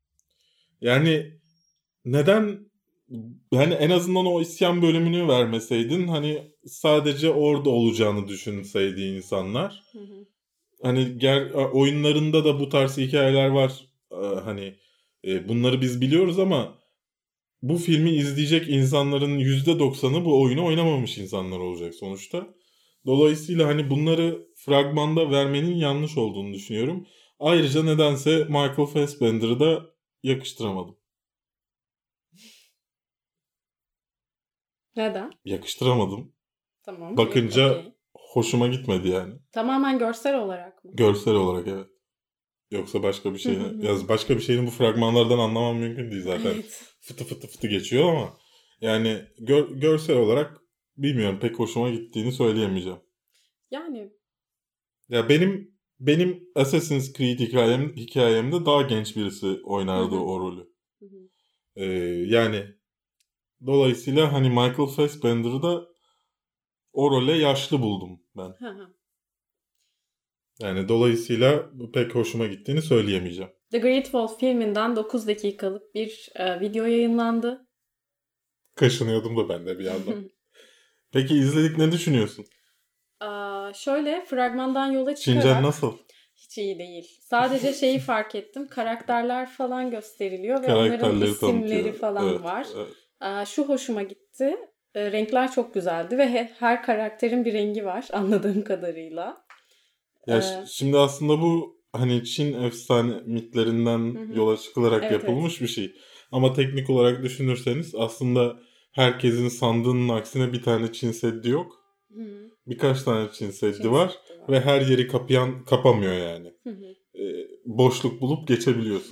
[SPEAKER 2] Yani neden hani en azından o isyan bölümünü vermeseydin hani sadece orada olacağını düşünseydi insanlar.
[SPEAKER 1] Hı hı.
[SPEAKER 2] Hani ger oyunlarında da bu tarz hikayeler var. Ee, hani e, bunları biz biliyoruz ama bu filmi izleyecek insanların yüzde doksanı bu oyunu oynamamış insanlar olacak sonuçta. Dolayısıyla hani bunları fragmanda vermenin yanlış olduğunu düşünüyorum. Ayrıca nedense Michael Fassbender'ı da yakıştıramadım.
[SPEAKER 1] Neden?
[SPEAKER 2] Yakıştıramadım.
[SPEAKER 1] Tamam. Ya,
[SPEAKER 2] Bakınca
[SPEAKER 1] okey.
[SPEAKER 2] hoşuma gitmedi yani.
[SPEAKER 1] Tamamen görsel olarak mı?
[SPEAKER 2] Görsel olarak evet. Yoksa başka bir
[SPEAKER 1] Hı hı
[SPEAKER 2] şeyini,
[SPEAKER 1] hı.
[SPEAKER 2] yaz başka bir şeyini bu fragmanlardan anlamam mümkün değil zaten.
[SPEAKER 1] Evet.
[SPEAKER 2] Fıtı fıtı fıtı geçiyor ama yani gör- görsel olarak bilmiyorum pek hoşuma gittiğini söyleyemeyeceğim.
[SPEAKER 1] Yani
[SPEAKER 2] Ya benim benim Assassin's Creed hikayem hikayemde daha genç birisi
[SPEAKER 1] hı
[SPEAKER 2] oynardı
[SPEAKER 1] hı.
[SPEAKER 2] o rolü.
[SPEAKER 1] Hı hı.
[SPEAKER 2] Ee, yani dolayısıyla hani Michael Fassbender'ı da o role yaşlı buldum ben.
[SPEAKER 1] Hı hı.
[SPEAKER 2] Yani dolayısıyla pek hoşuma gittiğini söyleyemeyeceğim.
[SPEAKER 1] The Great Wall filminden dokuz dakikalık bir e, video yayınlandı.
[SPEAKER 2] Kaşınıyordum da ben de bir yandan. Peki izledik ne düşünüyorsun?
[SPEAKER 1] Aa, şöyle fragmandan yola
[SPEAKER 2] Çincen
[SPEAKER 1] çıkarak
[SPEAKER 2] nasıl?
[SPEAKER 1] hiç iyi değil. Sadece şeyi fark ettim. Karakterler falan gösteriliyor ve onların
[SPEAKER 2] Karakterleri
[SPEAKER 1] isimleri
[SPEAKER 2] tanıtıyor.
[SPEAKER 1] falan
[SPEAKER 2] Evet.
[SPEAKER 1] var.
[SPEAKER 2] evet.
[SPEAKER 1] Aa, şu hoşuma gitti. E, renkler çok güzeldi ve he- her karakterin bir rengi var anladığım kadarıyla.
[SPEAKER 2] Ya ş-
[SPEAKER 1] Ee,
[SPEAKER 2] şimdi aslında bu hani Çin efsane
[SPEAKER 1] hı
[SPEAKER 2] mitlerinden
[SPEAKER 1] hı.
[SPEAKER 2] yola çıkılarak
[SPEAKER 1] Evet evet.
[SPEAKER 2] yapılmış bir şey. Ama teknik olarak düşünürseniz aslında herkesin sandığının aksine bir tane Çin Seddi yok.
[SPEAKER 1] Hı hı.
[SPEAKER 2] Birkaç tane Çin Seddi
[SPEAKER 1] Çin
[SPEAKER 2] var
[SPEAKER 1] Seddi
[SPEAKER 2] ve
[SPEAKER 1] var.
[SPEAKER 2] her yeri kapayan kapamıyor yani.
[SPEAKER 1] Hı hı.
[SPEAKER 2] Ee, boşluk bulup geçebiliyorsun.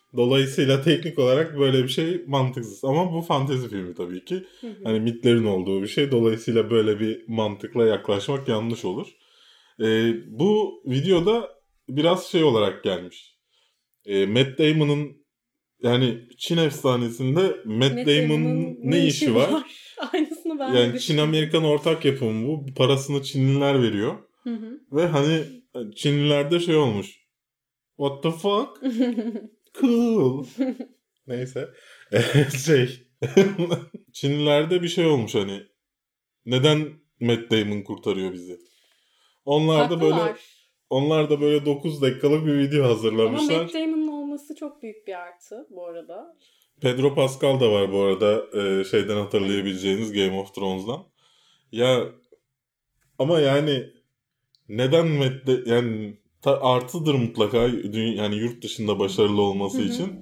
[SPEAKER 2] Dolayısıyla teknik olarak böyle bir şey mantıksız. Ama bu fantezi filmi tabii ki.
[SPEAKER 1] Hı hı.
[SPEAKER 2] Hani mitlerin olduğu bir şey. Dolayısıyla böyle bir mantıkla yaklaşmak yanlış olur. Ee, bu videoda biraz şey olarak gelmiş. Ee, Matt Damon'ın yani Çin efsanesinde Matt,
[SPEAKER 1] Matt
[SPEAKER 2] Damon'ın
[SPEAKER 1] Damon'ın
[SPEAKER 2] ne işi var?
[SPEAKER 1] Aynısını ben de
[SPEAKER 2] Yani
[SPEAKER 1] düşündüm.
[SPEAKER 2] Çin-Amerikan ortak yapımı bu. Parasını Çinliler veriyor.
[SPEAKER 1] Hı hı.
[SPEAKER 2] Ve hani Çinlilerde şey olmuş. What the fuck? Cool. Neyse. şey. Çinlilerde bir şey olmuş hani. Neden Matt Damon kurtarıyor bizi? Onlar da böyle
[SPEAKER 1] Haklılar.
[SPEAKER 2] onlar da böyle dokuz dakikalık bir video
[SPEAKER 1] Ama
[SPEAKER 2] hazırlamışlar.
[SPEAKER 1] Matt Damon'ın olması çok büyük bir artı bu arada.
[SPEAKER 2] Pedro Pascal da var bu arada e, şeyden hatırlayabileceğiniz Game of Thrones'dan. Ya ama yani neden Matt Da- yani ta- artıdır mutlaka dü- yani yurt dışında başarılı olması için.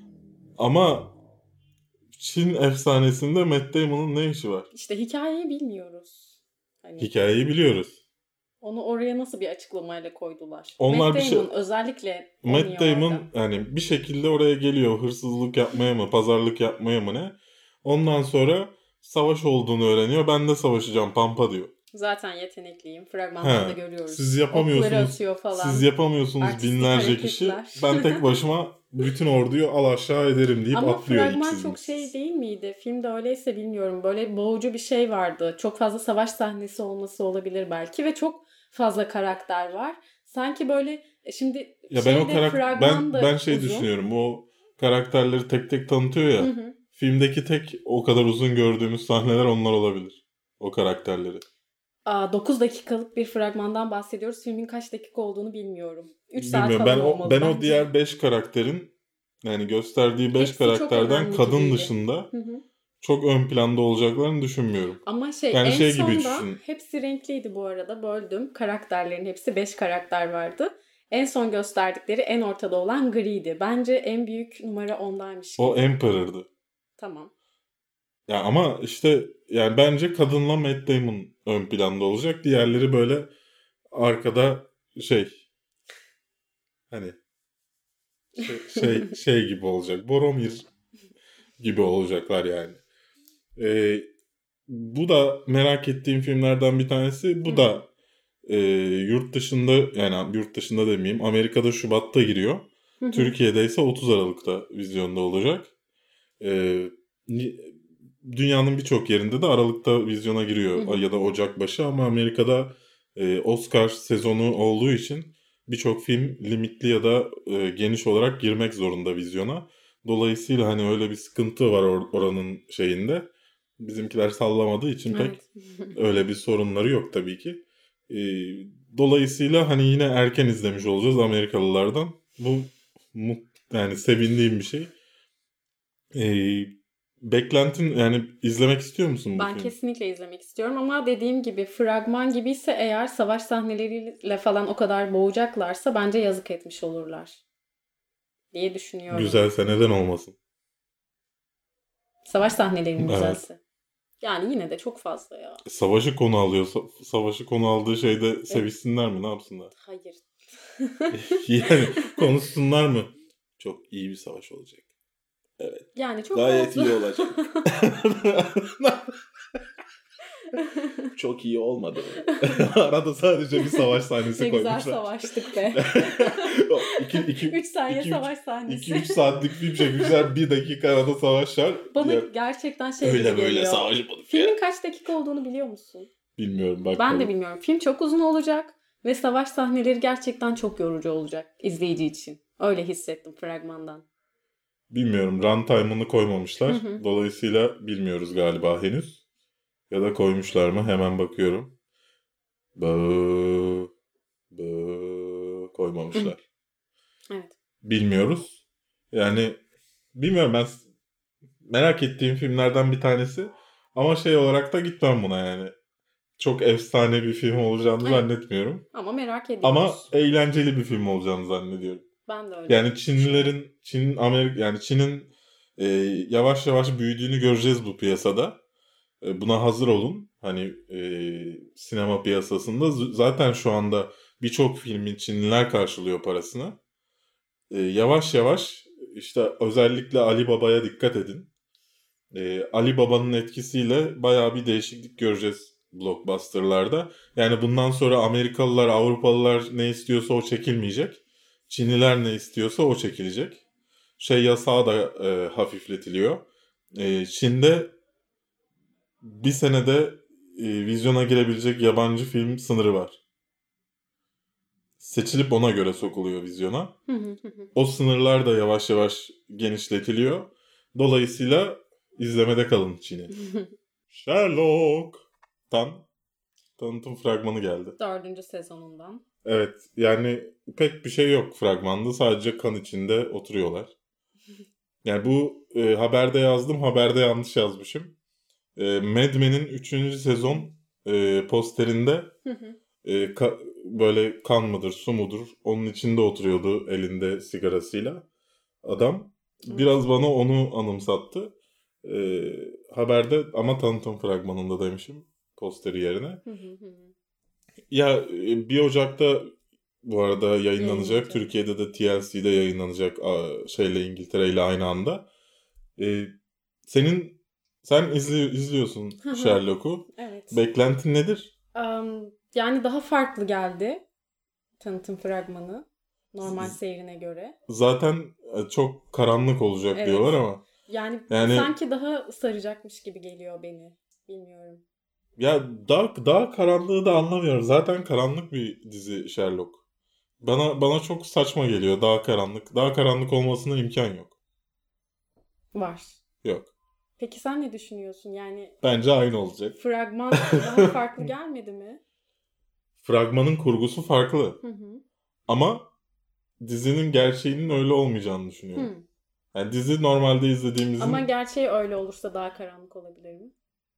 [SPEAKER 2] Ama Çin efsanesinde Matt Damon'ın ne işi var?
[SPEAKER 1] İşte hikayeyi bilmiyoruz. Hani
[SPEAKER 2] Hikayeyi biliyoruz.
[SPEAKER 1] onu oraya nasıl bir açıklamayla koydular?
[SPEAKER 2] Onlar
[SPEAKER 1] Matt
[SPEAKER 2] bir şey
[SPEAKER 1] Damon özellikle o
[SPEAKER 2] Matt
[SPEAKER 1] niye
[SPEAKER 2] Damon
[SPEAKER 1] orada?
[SPEAKER 2] yani bir şekilde oraya geliyor hırsızlık yapmaya mı, pazarlık yapmaya mı ne? Ondan sonra savaş olduğunu öğreniyor. Ben de savaşacağım Pampa diyor.
[SPEAKER 1] Zaten yetenekliyim. Fragmandan da
[SPEAKER 2] He,
[SPEAKER 1] görüyoruz.
[SPEAKER 2] siz
[SPEAKER 1] Okları
[SPEAKER 2] yapamıyorsunuz.
[SPEAKER 1] atıyor falan.
[SPEAKER 2] Siz yapamıyorsunuz
[SPEAKER 1] Artistik
[SPEAKER 2] binlerce kişi.
[SPEAKER 1] hareketler.
[SPEAKER 2] Ben tek başıma bütün orduyu al aşağı ederim deyip
[SPEAKER 1] Ama
[SPEAKER 2] atlıyor
[SPEAKER 1] fragman
[SPEAKER 2] ilk
[SPEAKER 1] çok
[SPEAKER 2] sizin.
[SPEAKER 1] şey değil miydi? Filmde öyleyse bilmiyorum. Böyle boğucu bir şey vardı. Çok fazla savaş sahnesi olması olabilir belki ve çok fazla karakter var. Sanki böyle e, şimdi
[SPEAKER 2] Ya ben o
[SPEAKER 1] şeyde
[SPEAKER 2] karakter
[SPEAKER 1] fragman
[SPEAKER 2] ben
[SPEAKER 1] da
[SPEAKER 2] ben şey
[SPEAKER 1] uzun.
[SPEAKER 2] düşünüyorum. O karakterleri tek tek tanıtıyor ya.
[SPEAKER 1] Hı hı.
[SPEAKER 2] Filmdeki tek o kadar uzun gördüğümüz sahneler onlar olabilir. O karakterleri.
[SPEAKER 1] Aa, dokuz dakikalık bir fragmandan bahsediyoruz. Filmin kaç dakika olduğunu bilmiyorum. üç saat
[SPEAKER 2] Bilmiyorum.
[SPEAKER 1] falan
[SPEAKER 2] Ben o
[SPEAKER 1] olmalı
[SPEAKER 2] ben
[SPEAKER 1] bence.
[SPEAKER 2] o diğer beş karakterin yani gösterdiği beş
[SPEAKER 1] Hepsi çok
[SPEAKER 2] karakterden
[SPEAKER 1] önemli
[SPEAKER 2] kadın
[SPEAKER 1] gibiydi.
[SPEAKER 2] dışında
[SPEAKER 1] Hı hı.
[SPEAKER 2] çok ön planda olacaklarını düşünmüyorum.
[SPEAKER 1] Ama şey
[SPEAKER 2] Yani
[SPEAKER 1] en
[SPEAKER 2] şey gibi
[SPEAKER 1] sonda
[SPEAKER 2] düşün.
[SPEAKER 1] hepsi renkliydi bu arada. Böldüm. Karakterlerin hepsi beş karakter vardı. En son gösterdikleri en ortada olan griydi. Bence en büyük numara ondaymış gibi.
[SPEAKER 2] O Emperor'dı.
[SPEAKER 1] Tamam.
[SPEAKER 2] Ya ama işte yani bence kadınla Matt Damon ön planda olacak. Diğerleri böyle arkada şey hani şey şey, şey gibi olacak. Boromir gibi olacaklar yani. Ee, bu da merak ettiğim filmlerden bir tanesi. Bu
[SPEAKER 1] Hı.
[SPEAKER 2] da e, yurt dışında yani yurt dışında demeyeyim. Amerika'da Şubat'ta giriyor.
[SPEAKER 1] Hı hı.
[SPEAKER 2] Türkiye'de ise otuz Aralık'ta vizyonda olacak. Ee, dünyanın birçok yerinde de Aralık'ta vizyona giriyor
[SPEAKER 1] Hı hı.
[SPEAKER 2] ya da Ocak başı ama Amerika'da e, Oscar sezonu olduğu için birçok film limitli ya da e, geniş olarak girmek zorunda vizyona. Dolayısıyla hani öyle bir sıkıntı var or- oranın şeyinde. Bizimkiler sallamadığı için pek
[SPEAKER 1] Evet.
[SPEAKER 2] öyle bir sorunları yok tabii ki. E, dolayısıyla hani yine erken izlemiş olacağız Amerikalılardan. Bu mu, yani sevindiğim bir şey. E, beklentin yani izlemek istiyor musun bu
[SPEAKER 1] Ben
[SPEAKER 2] filmi?
[SPEAKER 1] kesinlikle izlemek istiyorum ama dediğim gibi fragman gibiyse eğer savaş sahneleriyle falan o kadar boğacaklarsa bence yazık etmiş olurlar diye düşünüyorum.
[SPEAKER 2] Güzelse neden olmasın?
[SPEAKER 1] Savaş sahneleri mi
[SPEAKER 2] Evet.
[SPEAKER 1] güzelse? Yani yine de çok fazla ya.
[SPEAKER 2] Savaşı konu alıyor. Sa- savaşı konu aldığı şeyde sevişsinler mi? Ne yapsınlar?
[SPEAKER 1] Hayır.
[SPEAKER 2] Yani konuşsunlar mı? Çok iyi bir savaş olacak. Evet.
[SPEAKER 1] Yani çok
[SPEAKER 2] Gayet
[SPEAKER 1] fazla.
[SPEAKER 2] iyi olacak. Çok iyi olmadı. Arada sadece bir savaş sahnesi
[SPEAKER 1] Ne güzel
[SPEAKER 2] koymuşlar.
[SPEAKER 1] savaştık be.
[SPEAKER 2] iki, iki,
[SPEAKER 1] üç saniye
[SPEAKER 2] iki,
[SPEAKER 1] savaş sahnesi.
[SPEAKER 2] iki üç saatlik film çekmişler. Bir dakika arada savaşlar.
[SPEAKER 1] Bana
[SPEAKER 2] Ya,
[SPEAKER 1] gerçekten şey
[SPEAKER 2] öyle
[SPEAKER 1] gibi
[SPEAKER 2] böyle
[SPEAKER 1] geliyor.
[SPEAKER 2] savaşmadık
[SPEAKER 1] Filmin
[SPEAKER 2] ya.
[SPEAKER 1] kaç dakika olduğunu biliyor musun?
[SPEAKER 2] Bilmiyorum bak.
[SPEAKER 1] Ben de bilmiyorum. Film çok uzun olacak ve savaş sahneleri gerçekten çok yorucu olacak izleyici için. Öyle hissettim fragmandan.
[SPEAKER 2] Bilmiyorum. Runtime'ını koymamışlar.
[SPEAKER 1] Hı hı.
[SPEAKER 2] Dolayısıyla bilmiyoruz galiba henüz. Ya da koymuşlar mı? Hemen bakıyorum. Bı, bı, koymamışlar.
[SPEAKER 1] Evet.
[SPEAKER 2] Bilmiyoruz. Yani bilmiyorum ben merak ettiğim filmlerden bir tanesi. Ama şey olarak da gitmem buna yani. Çok efsane bir film olacağını
[SPEAKER 1] Evet.
[SPEAKER 2] zannetmiyorum.
[SPEAKER 1] Ama merak ediyoruz.
[SPEAKER 2] Ama eğlenceli bir film olacağını zannediyorum.
[SPEAKER 1] Ben de öyle.
[SPEAKER 2] Yani Çinlilerin, Çin, Amerika, yani Çin'in e, yavaş yavaş büyüdüğünü göreceğiz bu piyasada. E, buna hazır olun. Hani e, sinema piyasasında Z- zaten şu anda birçok filmin Çinliler karşılıyor parasını. E, yavaş yavaş işte özellikle Ali Baba'ya dikkat edin. Ee, Ali Baba'nın etkisiyle bayağı bir değişiklik göreceğiz blockbusterlarda. Yani bundan sonra Amerikalılar, Avrupalılar ne istiyorsa o çekilmeyecek. Çinliler ne istiyorsa o çekilecek. Şey yasağı da e, hafifletiliyor. E, Çin'de bir senede e, vizyona girebilecek yabancı film sınırı var. Seçilip ona göre sokuluyor vizyona. O sınırlar da yavaş yavaş genişletiliyor. Dolayısıyla izlemede kalın Çin'i. Sherlock'tan tanıtım fragmanı geldi.
[SPEAKER 1] Dördüncü sezonundan.
[SPEAKER 2] Evet, yani pek bir şey yok fragmanda. Sadece kan içinde oturuyorlar. Yani bu e, haberde yazdım, haberde yanlış yazmışım. E, Mad Men'in üçüncü sezon e, posterinde e, ka- böyle kan mıdır, su mudur onun içinde oturuyordu elinde sigarasıyla adam. Biraz bana onu anımsattı. E, haberde ama tanıtım fragmanında demişim posteri yerine. Ya e, bir Ocak'ta bu arada yayınlanacak.
[SPEAKER 1] Yayınlanacak.
[SPEAKER 2] Türkiye'de de T L C'de yayınlanacak a, şeyle İngiltere ile aynı anda. E, senin sen izli, izliyorsun Sherlock'u.
[SPEAKER 1] Evet.
[SPEAKER 2] Beklentin nedir?
[SPEAKER 1] Um, yani daha farklı geldi tanıtım fragmanı normal
[SPEAKER 2] Z-
[SPEAKER 1] seyrine göre.
[SPEAKER 2] Zaten e, çok karanlık olacak
[SPEAKER 1] Evet.
[SPEAKER 2] diyorlar ama.
[SPEAKER 1] Yani,
[SPEAKER 2] Yani
[SPEAKER 1] sanki daha saracakmış gibi geliyor beni. Bilmiyorum.
[SPEAKER 2] ya daha daha karanlığı da anlamıyorum. Zaten karanlık bir dizi Sherlock. Bana bana çok saçma geliyor daha karanlık. Daha karanlık olmasına imkan yok.
[SPEAKER 1] Var.
[SPEAKER 2] Yok.
[SPEAKER 1] Peki sen ne düşünüyorsun? Yani
[SPEAKER 2] Bence aynı olacak.
[SPEAKER 1] fragman daha farklı gelmedi mi?
[SPEAKER 2] Fragmanın kurgusu farklı.
[SPEAKER 1] Hı hı.
[SPEAKER 2] Ama dizinin gerçeğinin öyle olmayacağını düşünüyorum.
[SPEAKER 1] Hı.
[SPEAKER 2] Yani dizi normalde izlediğimizin...
[SPEAKER 1] Ama gerçeği öyle olursa daha karanlık olabilir mi?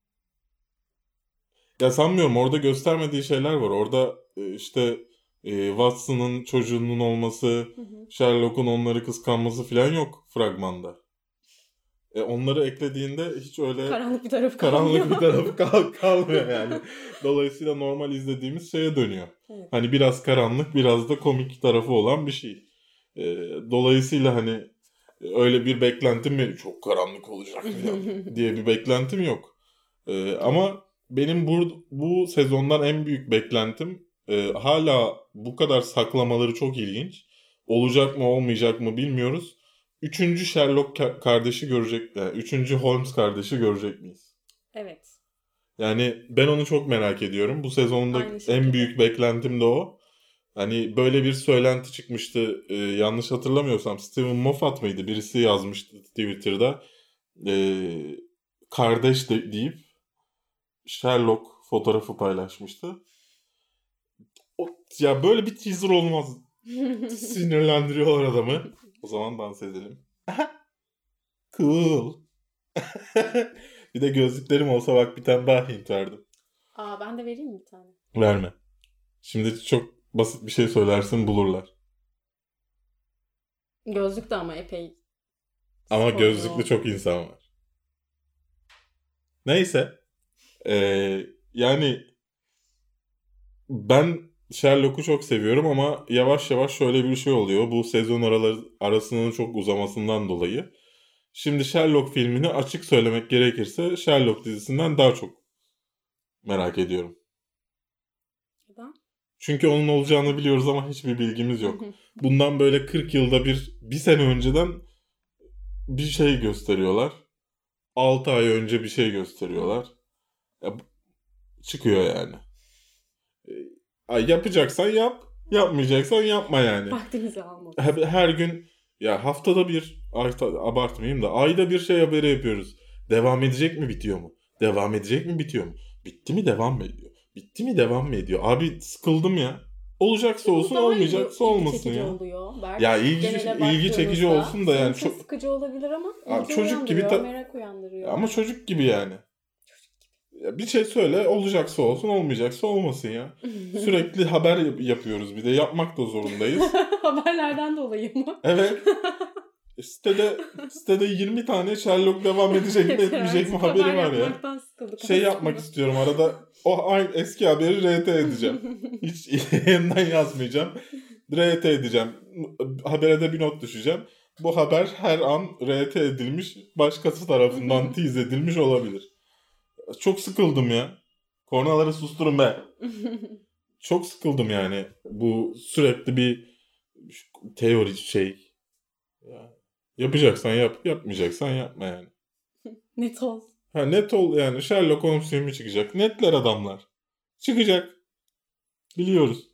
[SPEAKER 2] Ya sanmıyorum. Orada göstermediği şeyler var. Orada e, işte e, Watson'ın çocuğunun olması,
[SPEAKER 1] Hı hı.
[SPEAKER 2] Sherlock'un onları kıskanması falan yok fragmanda. E, onları eklediğinde hiç öyle
[SPEAKER 1] Karanlık bir tarafı kalmıyor.
[SPEAKER 2] karanlık bir tarafı kal- kalmıyor yani. Dolayısıyla normal izlediğimiz şeye dönüyor.
[SPEAKER 1] Evet.
[SPEAKER 2] Hani biraz karanlık, biraz da komik tarafı olan bir şey. E, dolayısıyla hani öyle bir beklentim mi çok karanlık olacak falan diye bir beklentim yok. E, ama benim bu, bu sezondan en büyük beklentim e, hala bu kadar saklamaları çok ilginç. Olacak mı olmayacak mı bilmiyoruz. Üçüncü Sherlock ka- kardeşi görecek, yani üçüncü Holmes kardeşi görecek miyiz?
[SPEAKER 1] Evet.
[SPEAKER 2] Yani ben onu çok merak ediyorum. Bu sezonda
[SPEAKER 1] Aynı şekilde.
[SPEAKER 2] en büyük beklentim de o. Hani böyle bir söylenti çıkmıştı. Ee, yanlış hatırlamıyorsam Steven Moffat mıydı? Birisi yazmıştı Twitter'da. Ee, kardeş de deyip Sherlock fotoğrafı paylaşmıştı. O, ya böyle bir teaser olmaz. Sinirlendiriyorlar adamı. O zaman dans edelim. Cool. Bir de gözlüklerim olsa bak bir tane daha hint verdim.
[SPEAKER 1] Aa, ben de vereyim mi bir tane?
[SPEAKER 2] Verme. Şimdi çok basit bir şey söylersin bulurlar.
[SPEAKER 1] Gözlük de ama epey
[SPEAKER 2] Ama
[SPEAKER 1] spoiler
[SPEAKER 2] gözlüklü
[SPEAKER 1] oldu.
[SPEAKER 2] çok insan var. Neyse. Ee, yani ben Sherlock'u çok seviyorum ama yavaş yavaş şöyle bir şey oluyor. Bu sezon araları arasının çok uzamasından dolayı. Şimdi Sherlock filmini açık söylemek gerekirse Sherlock dizisinden daha çok merak ediyorum.
[SPEAKER 1] Neden?
[SPEAKER 2] Çünkü onun olacağını biliyoruz ama hiçbir bilgimiz yok. Bundan böyle kırk yılda bir, bir sene önceden bir şey gösteriyorlar. altı ay önce bir şey gösteriyorlar. Ya, çıkıyor yani. E, yapacaksan yap, yapmayacaksan yapma yani.
[SPEAKER 1] Vaktimizi almadı.
[SPEAKER 2] Her, her gün ya haftada bir, abartmayayım da ayda bir şey haberi yapıyoruz. Devam edecek mi, bitiyor mu? Devam edecek mi, bitiyor mu? Bitti mi, devam mı ediyor? Bitti mi, devam mı ediyor? Abi sıkıldım ya. Olacaksa olsun,
[SPEAKER 1] Daha
[SPEAKER 2] olmayacaksa
[SPEAKER 1] ilgi
[SPEAKER 2] olmasın
[SPEAKER 1] çekici
[SPEAKER 2] ya.
[SPEAKER 1] oluyor. Belki
[SPEAKER 2] Ya ilgi,
[SPEAKER 1] genele
[SPEAKER 2] ilgi çekici
[SPEAKER 1] baktığımızda
[SPEAKER 2] olsun da
[SPEAKER 1] senin
[SPEAKER 2] yani
[SPEAKER 1] için
[SPEAKER 2] çok
[SPEAKER 1] sıkıcı olabilir ama
[SPEAKER 2] Abi
[SPEAKER 1] ilgi
[SPEAKER 2] çocuk gibi
[SPEAKER 1] uyandırıyor,
[SPEAKER 2] ta-
[SPEAKER 1] merak uyandırıyor.
[SPEAKER 2] ama çocuk gibi yani. Ya bir şey söyle, olacaksa olsun, olmayacaksa olmasın ya. Sürekli haber yap- yapıyoruz, bir de yapmak da zorundayız.
[SPEAKER 1] Haberlerden dolayı mı?
[SPEAKER 2] Evet. E, Sitede, sitede yirmi tane Sherlock devam edecek mi etmeyecek mi
[SPEAKER 1] Artık
[SPEAKER 2] haberi
[SPEAKER 1] haber
[SPEAKER 2] var ya.
[SPEAKER 1] yapmaktan sıkıldık
[SPEAKER 2] Şey
[SPEAKER 1] aslında.
[SPEAKER 2] yapmak istiyorum arada, o aynı eski haberi R T edeceğim. Hiç yeniden yazmayacağım. R T edeceğim. Habere de bir not düşeceğim. bu haber her an R T edilmiş, başkası tarafından tease edilmiş olabilir. Çok sıkıldım ya. Kornaları susturun be. Çok sıkıldım yani. Bu sürekli bir teori şey. Ya, yapacaksan yap, yapmayacaksan yapma yani.
[SPEAKER 1] Net ol.
[SPEAKER 2] Ha, net ol yani. Sherlock Holmes filmi çıkacak. Netler adamlar. Çıkacak. Biliyoruz.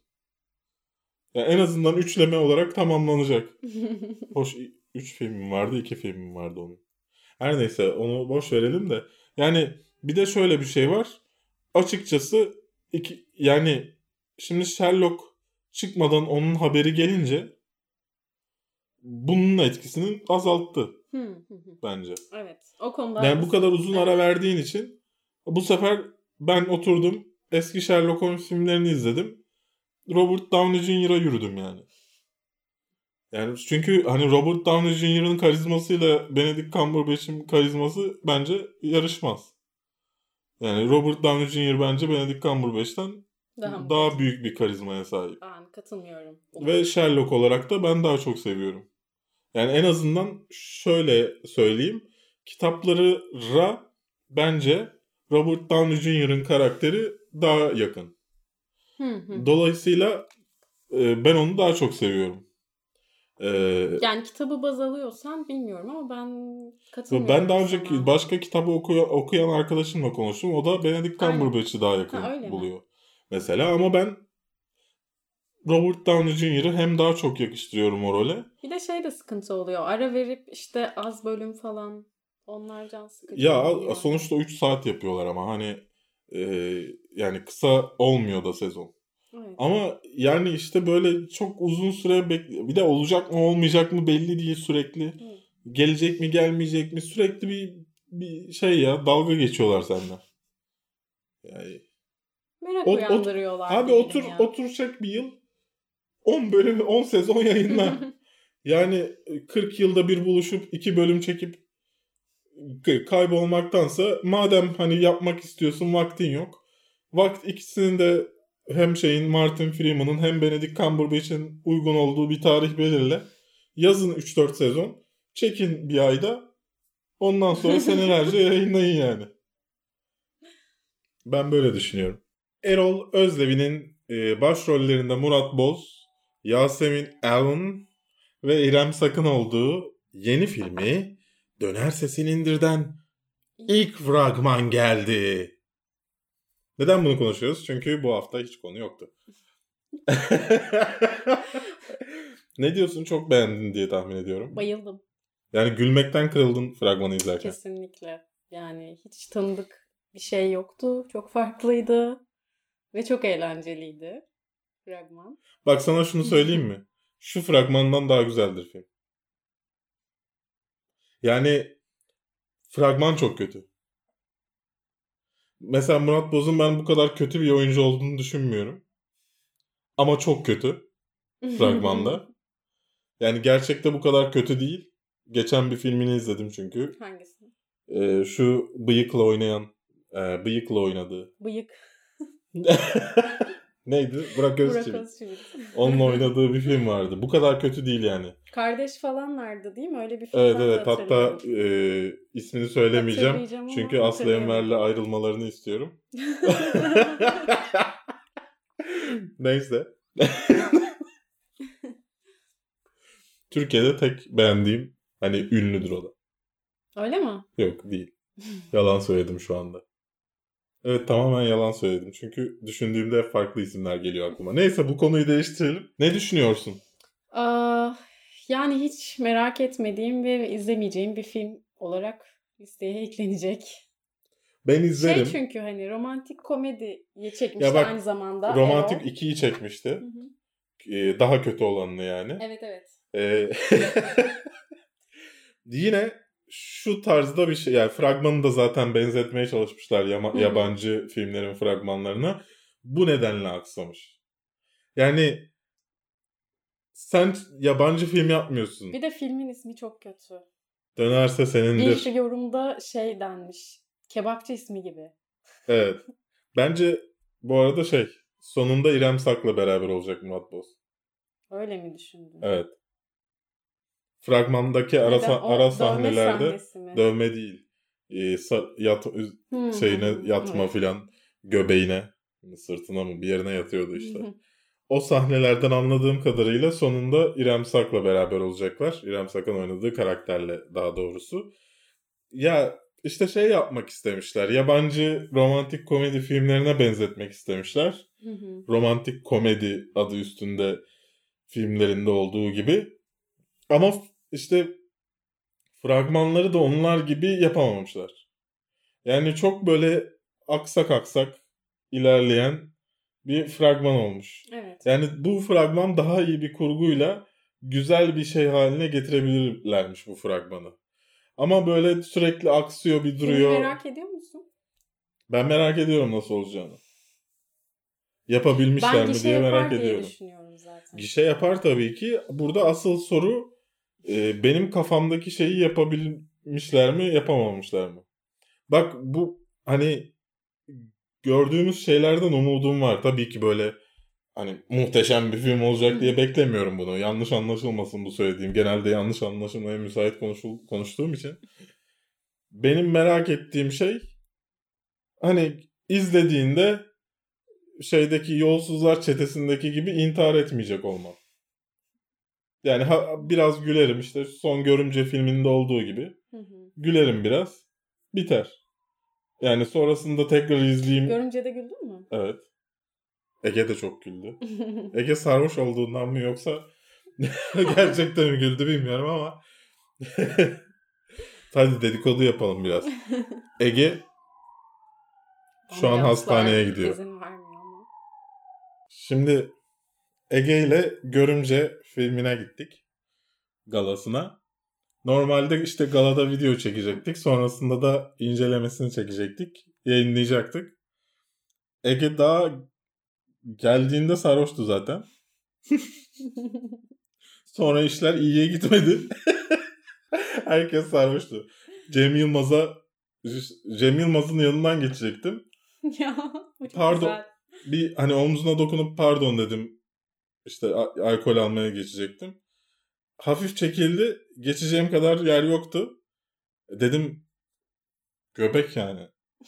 [SPEAKER 2] Ya en azından üçleme olarak tamamlanacak. Hoş üç filmim vardı, iki filmim vardı onun. Her neyse onu boş verelim de. Yani bir de şöyle bir şey var. Açıkçası iki, yani şimdi Sherlock çıkmadan onun haberi gelince bunun etkisini azalttı bence.
[SPEAKER 1] Evet. O konuda
[SPEAKER 2] yani bu kadar uzun ara verdiğin için bu sefer ben oturdum eski Sherlock Holmes filmlerini izledim. Robert Downey Junior'a yürüdüm yani. Yani çünkü hani Robert Downey Junior'ın karizmasıyla Benedict Cumberbatch'in karizması bence yarışmaz. Yani Robert Downey Junior bence Benedict Cumberbatch'ten daha, daha büyük bir karizmaya sahip.
[SPEAKER 1] Ben katılmıyorum.
[SPEAKER 2] Ve Sherlock olarak da ben daha çok seviyorum. Yani en azından şöyle söyleyeyim. Kitapları ra bence Robert Downey Junior'ın karakteri daha yakın. Dolayısıyla e, ben onu daha çok seviyorum.
[SPEAKER 1] Ee, yani kitabı baz alıyorsan bilmiyorum ama ben katılmıyorum.
[SPEAKER 2] Ben daha önce sana. Başka kitabı okuyan, okuyan arkadaşımla konuştum. O da Benedict Cumberbatch'i daha yakın ha, buluyor. Mi? Mesela ama ben Robert Downey Junior'ı hem daha çok yakıştırıyorum o role.
[SPEAKER 1] Bir de şey de sıkıntı oluyor. Ara verip işte az bölüm falan onlar can sıkıcı.
[SPEAKER 2] Ya oluyor. Sonuçta üç saat yapıyorlar ama hani e, yani kısa olmuyor da sezon. Evet. Ama yani işte böyle çok uzun süre bekle bir de olacak mı olmayacak mı belli değil sürekli. Hı. Gelecek mi gelmeyecek mi sürekli bir bir şey ya dalga geçiyorlar senden. Yani
[SPEAKER 1] merak ot, uyandırıyorlar.
[SPEAKER 2] Ot, abi otur ya. Oturacak bir yıl on bölüm on sezon yayınla. Yani kırk yılda bir buluşup iki bölüm çekip kaybolmaktansa madem hani yapmak istiyorsun vaktin yok. Vakt ikisinin de hem şeyin Martin Freeman'ın hem Benedict Cumberbatch'in uygun olduğu bir tarih belirle. Yazın üç dört sezon. Çekin bir ayda. Ondan sonra senelerce yayınlayın yani. Ben böyle düşünüyorum. Erol Özlevi'nin e, başrollerinde Murat Boz, Yasemin Allen ve İrem Sakın olduğu yeni filmi Dönerse Silindir'den ilk fragman geldi. Neden bunu konuşuyoruz? Çünkü bu hafta hiç konu yoktu. Ne diyorsun? Çok beğendin diye tahmin ediyorum.
[SPEAKER 1] Bayıldım.
[SPEAKER 2] Yani gülmekten kırıldın fragmanı izlerken.
[SPEAKER 1] Kesinlikle. Yani hiç tanıdık bir şey yoktu. Çok farklıydı. Ve çok eğlenceliydi fragman.
[SPEAKER 2] Bak sana şunu söyleyeyim mi? Şu fragmandan daha güzeldir film. Yani fragman çok kötü. Mesela Murat Boz'un ben bu kadar kötü bir oyuncu olduğunu düşünmüyorum. Ama çok kötü fragmanda. Yani gerçekte bu kadar kötü değil. Geçen bir filmini izledim çünkü.
[SPEAKER 1] Hangisi?
[SPEAKER 2] Ee, şu bıyıkla oynayan, e, bıyıkla oynadığı.
[SPEAKER 1] Bıyık.
[SPEAKER 2] Neydi? Burak Özçivit. Onunla oynadığı bir film vardı. Bu kadar kötü değil yani.
[SPEAKER 1] Kardeş falan vardı değil mi? Öyle bir film
[SPEAKER 2] evet evet hatta e, ismini söylemeyeceğim. Çünkü Aslı Enver'le ayrılmalarını istiyorum. Neyse. Türkiye'de tek beğendiğim hani ünlüdür o da.
[SPEAKER 1] Öyle mi?
[SPEAKER 2] Yok değil. Yalan söyledim şu anda. Evet tamamen yalan söyledim. Çünkü düşündüğümde farklı isimler geliyor aklıma. Neyse bu konuyu değiştirelim. Ne düşünüyorsun?
[SPEAKER 1] Aa, yani hiç merak etmediğim ve izlemeyeceğim bir film olarak listeye eklenecek.
[SPEAKER 2] Ben izlerim.
[SPEAKER 1] Şey çünkü hani romantik komediye çekmişti bak, aynı zamanda.
[SPEAKER 2] Romantik ikiyi çekmişti. Hı hı. Ee, daha kötü olanını yani.
[SPEAKER 1] Evet evet.
[SPEAKER 2] Ee, yine şu tarzda bir şey yani fragmanı da zaten benzetmeye çalışmışlar yama, yabancı filmlerin fragmanlarına. Bu nedenle aksamış. Yani sen yabancı film yapmıyorsun.
[SPEAKER 1] Bir de filmin ismi çok kötü.
[SPEAKER 2] Dönerse Senindir.
[SPEAKER 1] Bir yorumda şey denmiş. Kebapçı ismi gibi.
[SPEAKER 2] Evet. Bence bu arada şey sonunda İrem Sak'la beraber olacak Murat Boz.
[SPEAKER 1] Öyle mi düşündün?
[SPEAKER 2] Evet. fragmandaki ara,
[SPEAKER 1] Neden? O
[SPEAKER 2] ara
[SPEAKER 1] dövme
[SPEAKER 2] sahnelerde
[SPEAKER 1] sahnesi mi?
[SPEAKER 2] dövme değil. Ee, sa- yat,
[SPEAKER 1] Hmm,
[SPEAKER 2] şeyine
[SPEAKER 1] hmm,
[SPEAKER 2] yatma
[SPEAKER 1] evet.
[SPEAKER 2] filan, göbeğine, sırtına mı bir yerine yatıyordu işte. O sahnelerden anladığım kadarıyla sonunda İrem Sak'la beraber olacaklar. İrem Sak'ın oynadığı karakterle daha doğrusu. Ya işte şey yapmak istemişler. Yabancı romantik komedi filmlerine benzetmek istemişler. Romantik komedi adı üstünde filmlerinde olduğu gibi. Ama işte fragmanları da onlar gibi yapamamışlar. Yani çok böyle aksak aksak ilerleyen bir fragman olmuş.
[SPEAKER 1] Evet.
[SPEAKER 2] Yani bu fragman daha iyi bir kurguyla güzel bir şey haline getirebilirlermiş bu fragmanı. Ama böyle sürekli aksıyor bir duruyor.
[SPEAKER 1] Filmi merak ediyor musun?
[SPEAKER 2] Ben merak ediyorum nasıl olacağını. Yapabilmişler
[SPEAKER 1] Ben
[SPEAKER 2] mi
[SPEAKER 1] gişe
[SPEAKER 2] diye
[SPEAKER 1] yapar
[SPEAKER 2] merak
[SPEAKER 1] diye
[SPEAKER 2] ediyorum.
[SPEAKER 1] düşünüyorum zaten.
[SPEAKER 2] Gişe yapar tabii ki. Burada asıl soru e, benim kafamdaki şeyi yapabilmişler mi, yapamamışlar mı? Bak bu hani gördüğümüz şeylerden umudum var. Tabii ki böyle hani muhteşem bir film olacak diye beklemiyorum bunu. Yanlış anlaşılmasın bu söylediğim. Genelde yanlış anlaşılmaya müsait konuşul- konuştuğum için. Benim merak ettiğim şey hani izlediğinde şeydeki Yolsuzlar Çetesi'ndeki gibi intihar etmeyecek olmam. Yani ha, biraz gülerim işte Son Görümce filminde olduğu gibi.
[SPEAKER 1] Hı hı.
[SPEAKER 2] Gülerim biraz. Biter. Yani sonrasında tekrar izleyeyim.
[SPEAKER 1] Görümce'de güldün mü?
[SPEAKER 2] Evet. Ege de çok güldü. Ege sarhoş olduğundan mı yoksa gerçekten mi güldü bilmiyorum ama hadi dedikodu yapalım biraz. Ege şu an hastaneye gidiyor.
[SPEAKER 1] İzin vermiyor ama.
[SPEAKER 2] Şimdi Ege ile Görümce filmine gittik. Galasına. Normalde işte galada video çekecektik. Sonrasında da incelemesini çekecektik. Yayınlayacaktık. Ege daha geldiğinde sarhoştu zaten. Sonra işler iyiye gitmedi. Herkes sarhoştu. Cem Yılmaz'a Cem Yılmaz'ın yanından geçecektim.
[SPEAKER 1] Ya bu çok
[SPEAKER 2] Pardon.
[SPEAKER 1] güzel.
[SPEAKER 2] Bir hani omzuna dokunup pardon dedim. İşte a- alkol almaya geçecektim. Hafif çekildi. Geçeceğim kadar yer yoktu. Dedim göbek yani.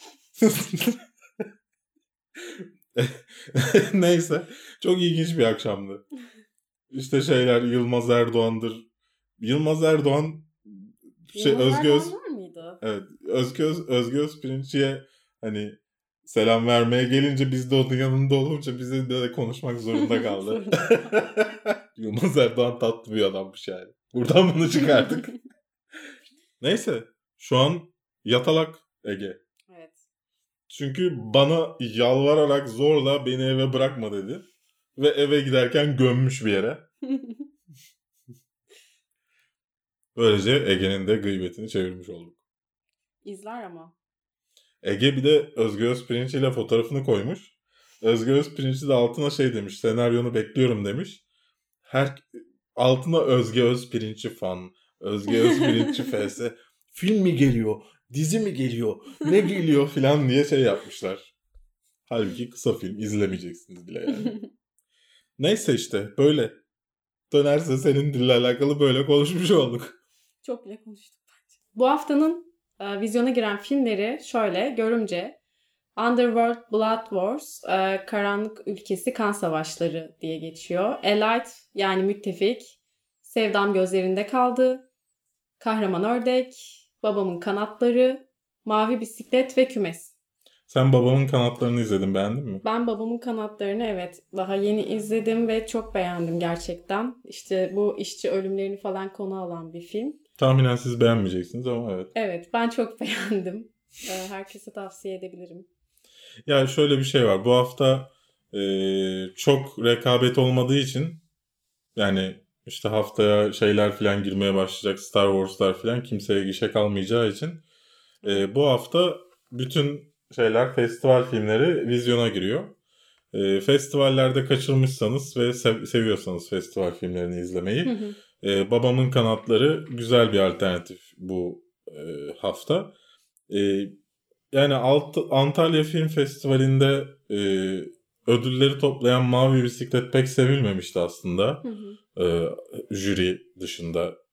[SPEAKER 2] Neyse. Çok ilginç bir akşamdı. İşte şeyler Yılmaz Erdoğan'dır. Yılmaz Erdoğan şey
[SPEAKER 1] Yılmaz
[SPEAKER 2] Özge
[SPEAKER 1] Erdoğan
[SPEAKER 2] Öz,
[SPEAKER 1] var mıydı?
[SPEAKER 2] evet, Özge Öz, Özge Özpirinç'e hani selam vermeye gelince biz de onun yanında olunca bize de konuşmak zorunda kaldı. Yılmaz Erdoğan tatlı bir adammış yani. Buradan bunu çıkardık. Neyse. Şu an yatalak Ege.
[SPEAKER 1] Evet.
[SPEAKER 2] Çünkü bana yalvararak zorla beni eve bırakma dedi. Ve eve giderken gömmüş bir yere. Böylece Ege'nin de gıybetini çevirmiş olduk.
[SPEAKER 1] İzler ama.
[SPEAKER 2] Ege bir de Özge Özpirinç ile fotoğrafını koymuş. Özge Özpirinç de altına şey demiş. Senaryonu bekliyorum demiş. Her altına Özge Özpirinç'i fan. Özge Özpirinç'i F S. Film mi geliyor? Dizi mi geliyor? Ne geliyor filan diye şey yapmışlar. Halbuki kısa film izlemeyeceksiniz bile yani. Neyse işte böyle. Dönerse senin dille alakalı böyle konuşmuş olduk.
[SPEAKER 1] Çok bile konuştuk bence. Bu haftanın e, vizyona giren filmleri şöyle. Görümce, Underworld Blood Wars, e, Karanlık Ülkesi Kan Savaşları diye geçiyor. Elite yani Müttefik, Sevdam Gözlerinde Kaldı, Kahraman Ördek, Babamın Kanatları, Mavi Bisiklet ve Kümes.
[SPEAKER 2] Sen Babamın Kanatlarını izledin, beğendin mi?
[SPEAKER 1] Ben Babamın Kanatlarını evet daha yeni izledim ve çok beğendim gerçekten. İşte bu işçi ölümlerini falan konu alan bir film.
[SPEAKER 2] Tahminen siz beğenmeyeceksiniz ama evet.
[SPEAKER 1] Evet ben çok beğendim. Herkese tavsiye edebilirim.
[SPEAKER 2] Ya şöyle bir şey var. Bu hafta e, çok rekabet olmadığı için yani işte haftaya şeyler falan girmeye başlayacak. Star Wars'lar falan kimseye gişe kalmayacağı için e, bu hafta bütün şeyler festival filmleri vizyona giriyor. E, festivallerde kaçırmışsanız ve sev- seviyorsanız festival filmlerini izlemeyi
[SPEAKER 1] Hı hı.
[SPEAKER 2] e, Babamın Kanatları güzel bir alternatif bu e, hafta. E, yani Alt- Antalya Film Festivali'nde e, ödülleri toplayan Mavi Bisiklet pek sevilmemişti aslında.
[SPEAKER 1] Hı hı.
[SPEAKER 2] E, jüri dışında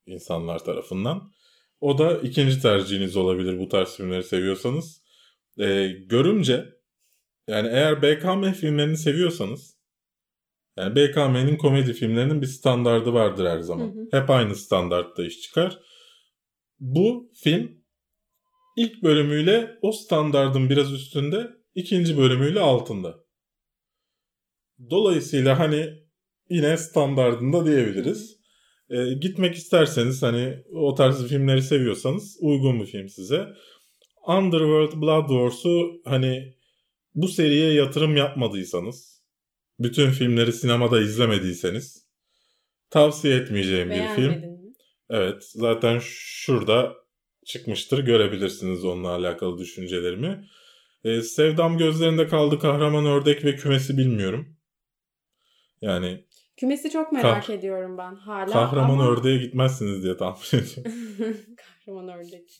[SPEAKER 2] insanlar tarafından. O da ikinci tercihiniz olabilir bu tarz filmleri seviyorsanız. Ee, görümce, yani eğer B K M filmlerini seviyorsanız, yani B K M'nin komedi filmlerinin bir standardı vardır her zaman. Hı hı. Hep aynı standartta iş çıkar. Bu film ilk bölümüyle o standardın biraz üstünde, ikinci bölümüyle altında. Dolayısıyla hani yine standardında diyebiliriz. Ee, gitmek isterseniz, hani o tarz filmleri seviyorsanız uygun bir film size. Underworld Blood Wars'u hani bu seriye yatırım yapmadıysanız, bütün filmleri sinemada izlemediyseniz tavsiye etmeyeceğim
[SPEAKER 1] Beğenmedin
[SPEAKER 2] bir film.
[SPEAKER 1] Mi?
[SPEAKER 2] Evet, zaten şurada çıkmıştır, görebilirsiniz onunla alakalı düşüncelerimi. Ee, Sevdam Gözlerinde Kaldı, Kahraman Ördek ve Kümesi bilmiyorum. Yani
[SPEAKER 1] Kümesi çok merak
[SPEAKER 2] kah-
[SPEAKER 1] ediyorum ben hala.
[SPEAKER 2] Kahraman
[SPEAKER 1] ama...
[SPEAKER 2] Ördeğe gitmezsiniz diye tahmin ediyorum.
[SPEAKER 1] Kahraman Ördek.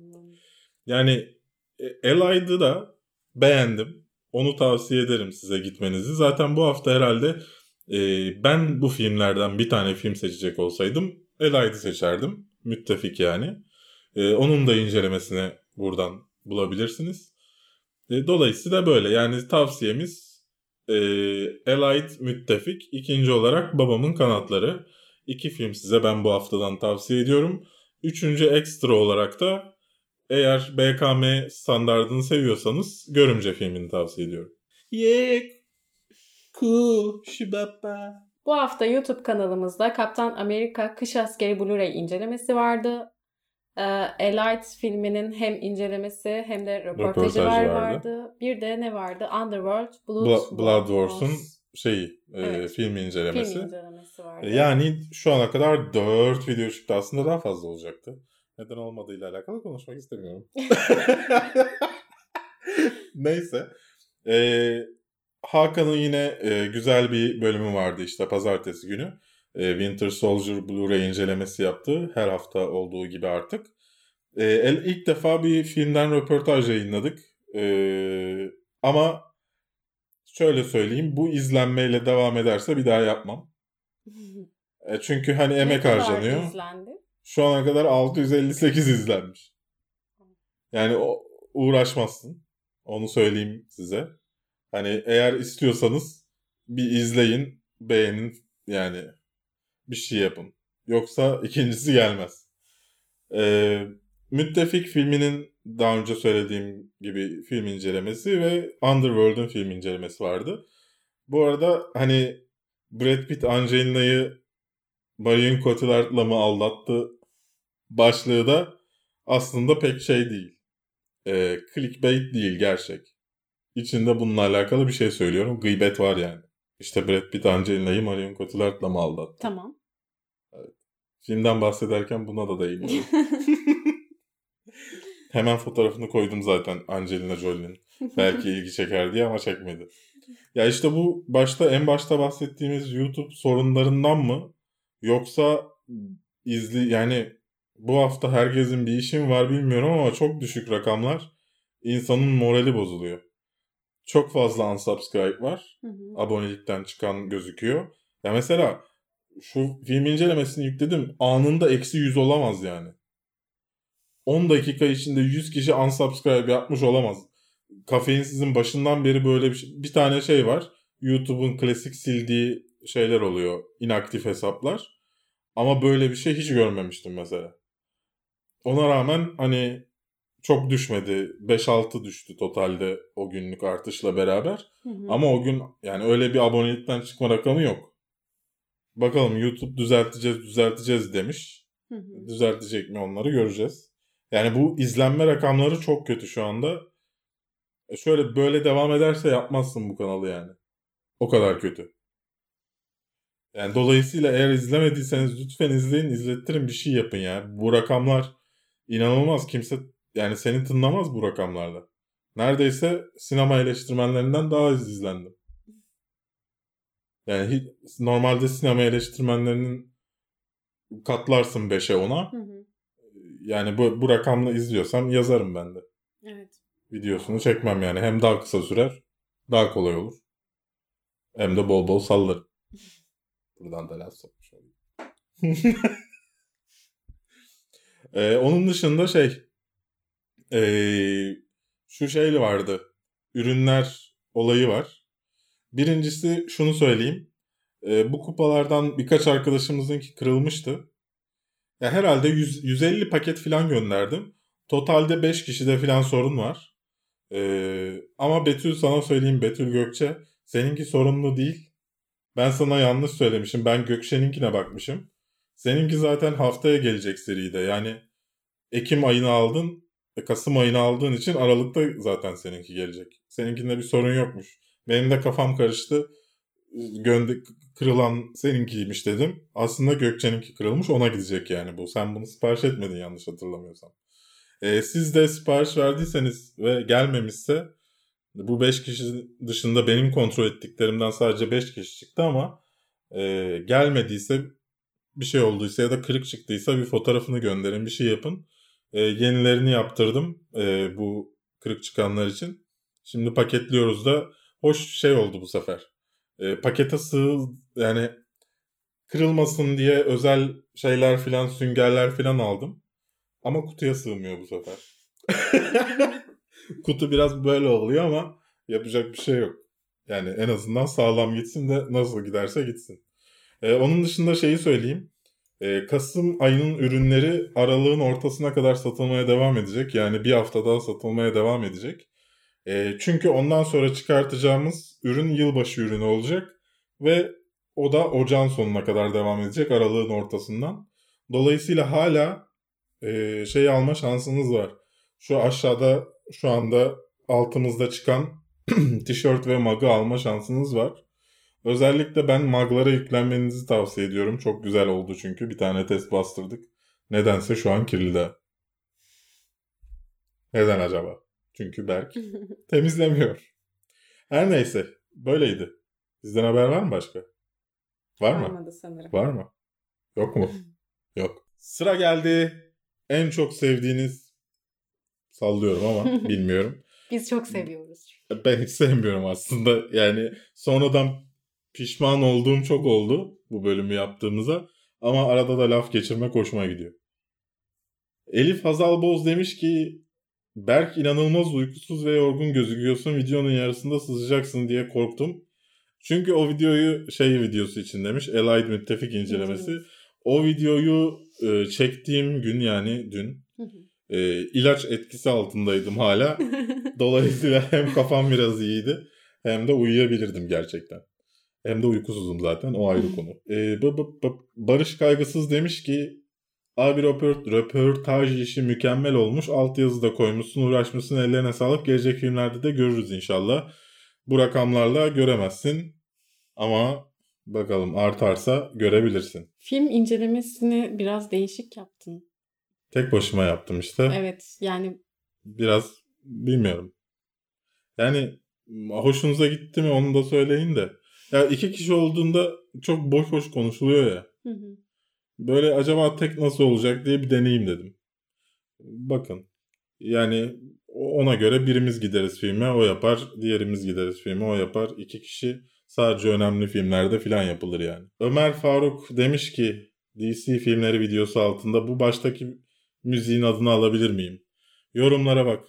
[SPEAKER 2] Yani Elide'ı da beğendim. Onu tavsiye ederim size gitmenizi. Zaten bu hafta herhalde e, ben bu filmlerden bir tane film seçecek olsaydım Elide'ı seçerdim. Müttefik yani. E, onun da incelemesini buradan bulabilirsiniz. E, dolayısıyla böyle. Yani tavsiyemiz e, Elite, Müttefik. İkinci olarak Babamın Kanatları. İki film size ben bu haftadan tavsiye ediyorum. Üçüncü ekstra olarak da eğer B K M standardını seviyorsanız Görümce filmini tavsiye ediyorum. Yeah, cool, şibaba.
[SPEAKER 1] Bu hafta YouTube kanalımızda Kaptan Amerika Kış Askeri Blu-ray incelemesi vardı. Elite filminin hem incelemesi hem de röportajı var vardı. vardı. Bir de ne vardı? Underworld Blood,
[SPEAKER 2] Bla- Blood Wars'un şeyi, evet. e, film incelemesi.
[SPEAKER 1] Film incelemesi vardı.
[SPEAKER 2] Yani şu ana kadar dört video çıktı, aslında daha fazla olacaktı. Neden olmadığıyla alakalı konuşmak istemiyorum. Neyse. Ee, Hakan'ın yine e, güzel bir bölümü vardı işte pazartesi günü. E, Winter Soldier Blu-ray incelemesi yaptı. Her hafta olduğu gibi artık. E, ilk defa bir filmden röportaj yayınladık. E, ama şöyle söyleyeyim, bu izlenmeyle devam ederse bir daha yapmam. E, çünkü hani emek
[SPEAKER 1] ne
[SPEAKER 2] harcanıyor.
[SPEAKER 1] Ne kadar izlendi?
[SPEAKER 2] Şu ana kadar altı yüz elli sekiz izlenmiş. Yani o, uğraşmazsın. Onu söyleyeyim size. Hani eğer istiyorsanız bir izleyin, beğenin, yani bir şey yapın. Yoksa ikincisi gelmez. Ee, Müttefik filminin daha önce söylediğim gibi film incelemesi ve Underworld'un film incelemesi vardı. Bu arada hani Brad Pitt Angelina'yı Marion Cotillard'la mı aldattı başlığı da aslında pek şey değil. Ee, clickbait değil, gerçek. İçinde bununla alakalı bir şey söylüyorum. Gıybet var yani. İşte Brad Pitt Angelina'yı Marion Cotillard'la mı aldattı?
[SPEAKER 1] Tamam.
[SPEAKER 2] Evet. Filmden bahsederken buna da değiniyorum. Hemen fotoğrafını koydum zaten Angelina Jolie'nin. Belki ilgi çeker diye ama çekmedi. Ya işte bu başta en başta bahsettiğimiz YouTube sorunlarından mı? Yoksa izli yani bu hafta herkesin bir işim var bilmiyorum ama çok düşük rakamlar insanın morali bozuluyor. Çok fazla unsubscribe var. Hı hı. Abonelikten çıkan gözüküyor. Ya mesela şu film incelemesini yükledim. Anında eksi yüz olamaz yani. on dakika içinde yüz kişi unsubscribe yapmış olamaz. Kafeinsiz'in başından beri böyle bir şey. Bir tane şey var. YouTube'un klasik sildiği şeyler oluyor. İnaktif hesaplar. Ama böyle bir şey hiç görmemiştim mesela. Ona rağmen hani çok düşmedi. beş altı düştü totalde o günlük artışla beraber. Hı hı. Ama o gün yani öyle bir abonelikten çıkma rakamı yok. Bakalım YouTube düzelteceğiz düzelteceğiz demiş. Hı hı. Düzeltecek mi onları göreceğiz. Yani bu izlenme rakamları çok kötü şu anda. E şöyle böyle devam ederse yapmazsın bu kanalı yani. O kadar kötü. Yani dolayısıyla eğer izlemediyseniz lütfen izleyin, izlettirin, bir şey yapın ya. Bu rakamlar inanılmaz. Kimse yani seni tınlamaz bu rakamlarla. Neredeyse sinema eleştirmenlerinden daha az izlendim. Yani hiç, normalde sinema eleştirmenlerinin katlarsın beşe ona. Hı hı. Yani bu, bu rakamla izliyorsam yazarım ben de.
[SPEAKER 1] Evet.
[SPEAKER 2] Videosunu çekmem yani. Hem daha kısa sürer, daha kolay olur. Hem de bol bol sallarım. Buradan da laf sokmuş olayım. Ee, onun dışında şey ee, şu şey vardı. Ürünler olayı var. Birincisi şunu söyleyeyim. Ee, bu kupalardan birkaç arkadaşımızınki kırılmıştı. Ya herhalde yüz, yüz elli paket falan gönderdim. Totalde beş kişide falan sorun var. Ee, ama Betül, sana söyleyeyim, Betül Gökçe, seninki sorunlu değil. Ben sana yanlış söylemişim. Ben Gökçe'ninkine bakmışım. Seninki zaten haftaya gelecek seride. Yani Ekim ayını aldın. e, Kasım ayını aldığın için Aralık'ta zaten seninki gelecek. Seninkinde bir sorun yokmuş. Benim de kafam karıştı. Gönde kırılan seninkiymiş dedim. Aslında Gökçe'ninki kırılmış, ona gidecek yani bu. Sen bunu sipariş etmedin yanlış hatırlamıyorsam. Ee, siz de sipariş verdiyseniz ve gelmemişse, bu beş kişi dışında benim kontrol ettiklerimden sadece beş kişi çıktı ama e, gelmediyse, bir şey olduysa ya da kırık çıktıysa bir fotoğrafını gönderin, bir şey yapın. E, yenilerini yaptırdım e, bu kırık çıkanlar için. Şimdi paketliyoruz da, hoş şey oldu bu sefer. E, pakete sığ, yani kırılmasın diye özel şeyler filan, süngerler filan aldım. Ama kutuya sığmıyor bu sefer. Kutu biraz böyle oluyor ama yapacak bir şey yok. Yani en azından sağlam gitsin de nasıl giderse gitsin. Ee, onun dışında şeyi söyleyeyim. Ee, Kasım ayının ürünleri aralığın ortasına kadar satılmaya devam edecek. Yani bir hafta daha satılmaya devam edecek. Ee, çünkü ondan sonra çıkartacağımız ürün yılbaşı ürünü olacak. Ve o da ocağın sonuna kadar devam edecek, aralığın ortasından. Dolayısıyla hala e, şey alma şansınız var. Şu aşağıda şu anda altımızda çıkan tişört ve mug'ı alma şansınız var. Özellikle ben mug'lara yüklenmenizi tavsiye ediyorum. Çok güzel oldu çünkü. Bir tane test bastırdık. Nedense şu an kirli. Neden acaba? Çünkü Berk temizlemiyor. Her neyse. Böyleydi. Bizden haber var mı başka? Var mı?
[SPEAKER 1] Kalmadı sanırım.
[SPEAKER 2] Var mı? Yok mu? Yok. Sıra geldi. En çok sevdiğiniz, sallıyorum ama bilmiyorum.
[SPEAKER 1] Biz çok seviyoruz.
[SPEAKER 2] Ben hiç sevmiyorum aslında. Yani sonradan pişman olduğum çok oldu bu bölümü yaptığımıza. Ama arada da laf geçirmek hoşuma gidiyor. Elif Hazal Boz demiş ki, Berk inanılmaz uykusuz ve yorgun gözüküyorsun. Videonun yarısında sızacaksın diye korktum. Çünkü o videoyu şey videosu için demiş. Allied Müttefik incelemesi. O videoyu e, çektiğim gün, yani dün e, ilaç etkisi altındaydım hala. Dolayısıyla hem kafam biraz iyiydi hem de uyuyabilirdim gerçekten. Hem de uykusuzum zaten, o ayrı konu. E, b- b- b- Barış Kaygısız demiş ki, abi röport, röportaj işi mükemmel olmuş. Altyazı da koymuşsun, uğraşmışsın, ellerine sağlık. Gelecek filmlerde de görürüz inşallah. Bu rakamlarla göremezsin ama bakalım artarsa görebilirsin.
[SPEAKER 1] Film incelemesini biraz değişik yaptın.
[SPEAKER 2] Tek başıma yaptım işte.
[SPEAKER 1] Evet, yani
[SPEAKER 2] Biraz bilmiyorum. Yani hoşunuza gitti mi onu da söyleyin de. Ya iki kişi olduğunda çok boş boş konuşuluyor ya.
[SPEAKER 1] Hı hı.
[SPEAKER 2] Böyle acaba tek nasıl olacak diye bir deneyeyim dedim. Bakın. Yani ona göre birimiz gideriz filme, o yapar. Diğerimiz gideriz filme, o yapar. İki kişi sadece önemli filmlerde falan yapılır yani. Ömer Faruk demiş ki, D C filmleri videosu altında, bu baştaki müziğin adını alabilir miyim? Yorumlara bak.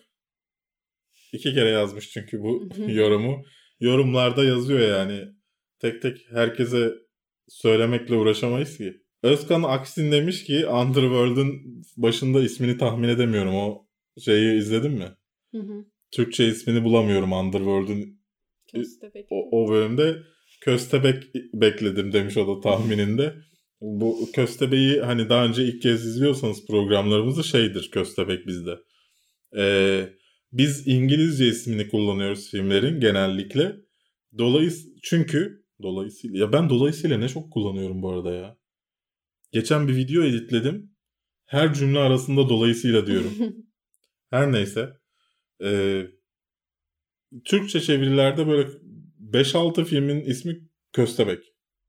[SPEAKER 2] İki kere yazmış çünkü bu yorumu. Yorumlarda yazıyor yani. Tek tek herkese söylemekle uğraşamayız ki. Özkan Aksin demiş ki, Underworld'un başında ismini tahmin edemiyorum. O şeyi izledin mi?
[SPEAKER 1] Hı hı.
[SPEAKER 2] Türkçe ismini bulamıyorum Underworld'un.
[SPEAKER 1] Köstebek.
[SPEAKER 2] O, o bölümde köstebek bekledim demiş o da tahmininde. Bu köstebeği hani daha önce ilk kez izliyorsanız programlarımızı, şeydir köstebek bizde. Ee, biz İngilizce ismini kullanıyoruz filmlerin genellikle. Dolayısıyla çünkü dolayısıyla ya ben dolayısıyla ne çok kullanıyorum bu arada ya. Geçen bir video editledim. Her cümle arasında dolayısıyla diyorum. Her neyse. Ee, Türkçe çevirilerde böyle beş altı filmin ismi köstebek.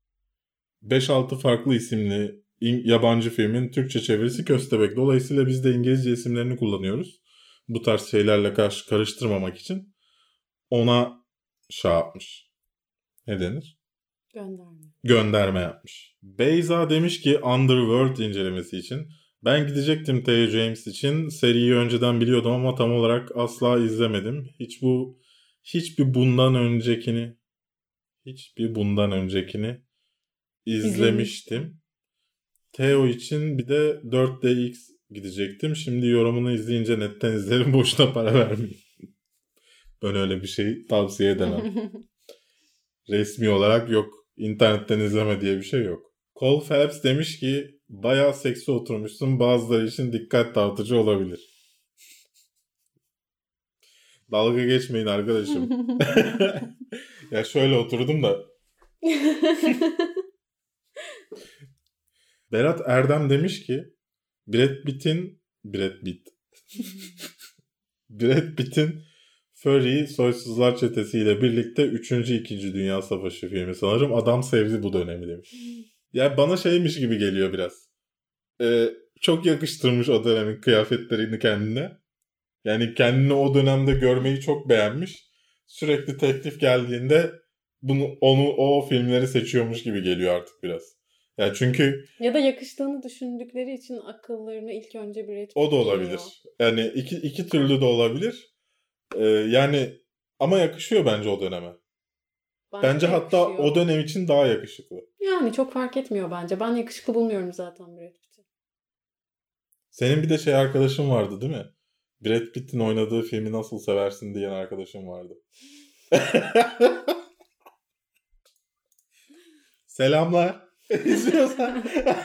[SPEAKER 2] beş altı farklı isimli yabancı filmin Türkçe çevirisi köstebek. Dolayısıyla biz de İngilizce isimlerini kullanıyoruz. Bu tarz şeylerle karşı karıştırmamak için. Ona şey yapmış. Ne denir?
[SPEAKER 1] Gönderme.
[SPEAKER 2] Gönderme yapmış. Beyza demiş ki, Underworld incelemesi için Ben gidecektim Theo James için. Seriyi önceden biliyordum ama tam olarak asla izlemedim. Hiç bu hiçbir bundan öncekini hiçbir bundan öncekini izlemiştim. Theo için bir de dört D X gidecektim. Şimdi yorumunu izleyince netten izlerim. Boşuna para vermeyeyim. Ben öyle bir şey tavsiye edemem. Resmi olarak yok. İnternetten izleme diye bir şey yok. Cole Phelps demiş ki bayağı seksi oturmuşsun. Bazıları için dikkat dağıtıcı olabilir. Dalga geçmeyin arkadaşım. Ya şöyle oturdum da. Berat Erdem demiş ki Brad Pitt'in Brad Pitt Brad Pitt'in Fury Soysuzlar Çetesi'yle birlikte üçüncü. İkinci Dünya Savaşı filmi sanırım. Adam sevdi bu dönemi demiş. Ya bana şeymiş gibi geliyor biraz. Ee, çok yakıştırmış o dönemin kıyafetlerini kendine. Yani kendini o dönemde görmeyi çok beğenmiş. Sürekli teklif geldiğinde bunu onu o filmleri seçiyormuş gibi geliyor artık biraz. Ya çünkü
[SPEAKER 1] ya da yakıştığını düşündükleri için akıllarına ilk önce bir etki
[SPEAKER 2] o da olabilir. Geliyor. Yani iki iki türlü de olabilir. Ee, yani ama yakışıyor bence o döneme. Bence, bence hatta yakışıyor. O dönem için daha yakışıklı.
[SPEAKER 1] Yani çok fark etmiyor bence. Ben yakışıklı bulmuyorum zaten Brad Pitt'i.
[SPEAKER 2] Senin bir de şey arkadaşın vardı değil mi? Brad Pitt'in oynadığı filmi nasıl seversin diyen arkadaşım vardı. Selamlar. İzliyorsan.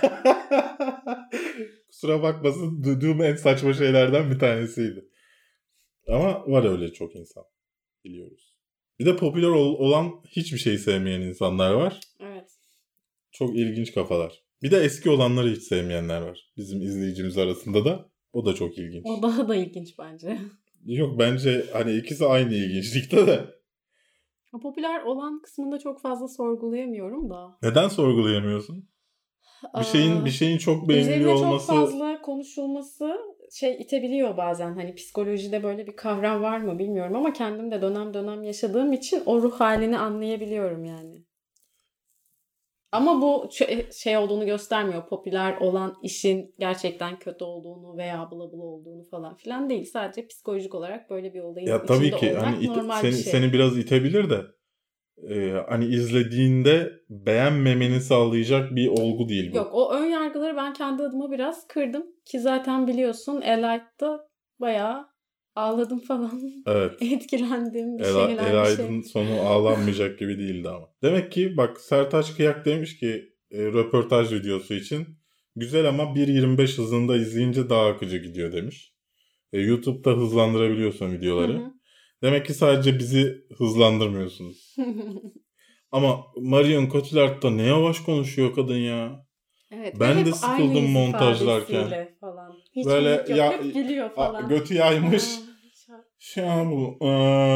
[SPEAKER 2] Kusura bakmasın, duyduğum en saçma şeylerden bir tanesiydi. Ama var öyle çok insan. Biliyoruz. Bir de popüler ol- olan hiçbir şeyi sevmeyen insanlar var.
[SPEAKER 1] Evet.
[SPEAKER 2] Çok ilginç kafalar. Bir de eski olanları hiç sevmeyenler var. Bizim izleyicimiz arasında da. O da çok ilginç.
[SPEAKER 1] O daha da ilginç bence.
[SPEAKER 2] Yok bence hani ikisi aynı ilginçlikte de.
[SPEAKER 1] O popüler olan kısmında çok fazla sorgulayamıyorum da.
[SPEAKER 2] Neden sorgulayamıyorsun? Bir şeyin bir şeyin çok beğeniliyor olması.
[SPEAKER 1] Üzerine çok fazla konuşulması şey itebiliyor bazen. Hani psikolojide böyle bir kavram var mı bilmiyorum ama kendim de dönem dönem yaşadığım için o ruh halini anlayabiliyorum yani. Ama bu şey olduğunu göstermiyor. Popüler olan işin gerçekten kötü olduğunu veya bula bula olduğunu falan filan değil. Sadece psikolojik olarak böyle bir olayın ya, tabii içinde ki, olmak hani normal
[SPEAKER 2] seni,
[SPEAKER 1] bir şey.
[SPEAKER 2] Seni biraz itebilir de e, hani izlediğinde beğenmemeni sağlayacak bir olgu değil bu.
[SPEAKER 1] Yok, o ön yargıları ben kendi adıma biraz kırdım. Ki zaten biliyorsun Elight'da bayağı ağladım falan.
[SPEAKER 2] Evet.
[SPEAKER 1] Etkilendim bir
[SPEAKER 2] El,
[SPEAKER 1] şeyler
[SPEAKER 2] El
[SPEAKER 1] bir
[SPEAKER 2] Aydın
[SPEAKER 1] şey.
[SPEAKER 2] sonu ağlanmayacak gibi değildi ama. Demek ki bak Sertaç Kıyak demiş ki e, röportaj videosu için güzel ama bir yirmi beş hızında izleyince daha akıcı gidiyor demiş. E, YouTube'da hızlandırabiliyorsun videoları. Hı hı. Demek ki sadece bizi hızlandırmıyorsunuz. Ama Marion Cotillard'da ne yavaş konuşuyor kadın ya.
[SPEAKER 1] Evet,
[SPEAKER 2] ben de sıkıldım montajlarken.
[SPEAKER 1] Falan. Hiç böyle yok, ya, hep gülüyor falan.
[SPEAKER 2] A, götü yaymış. Ya bu.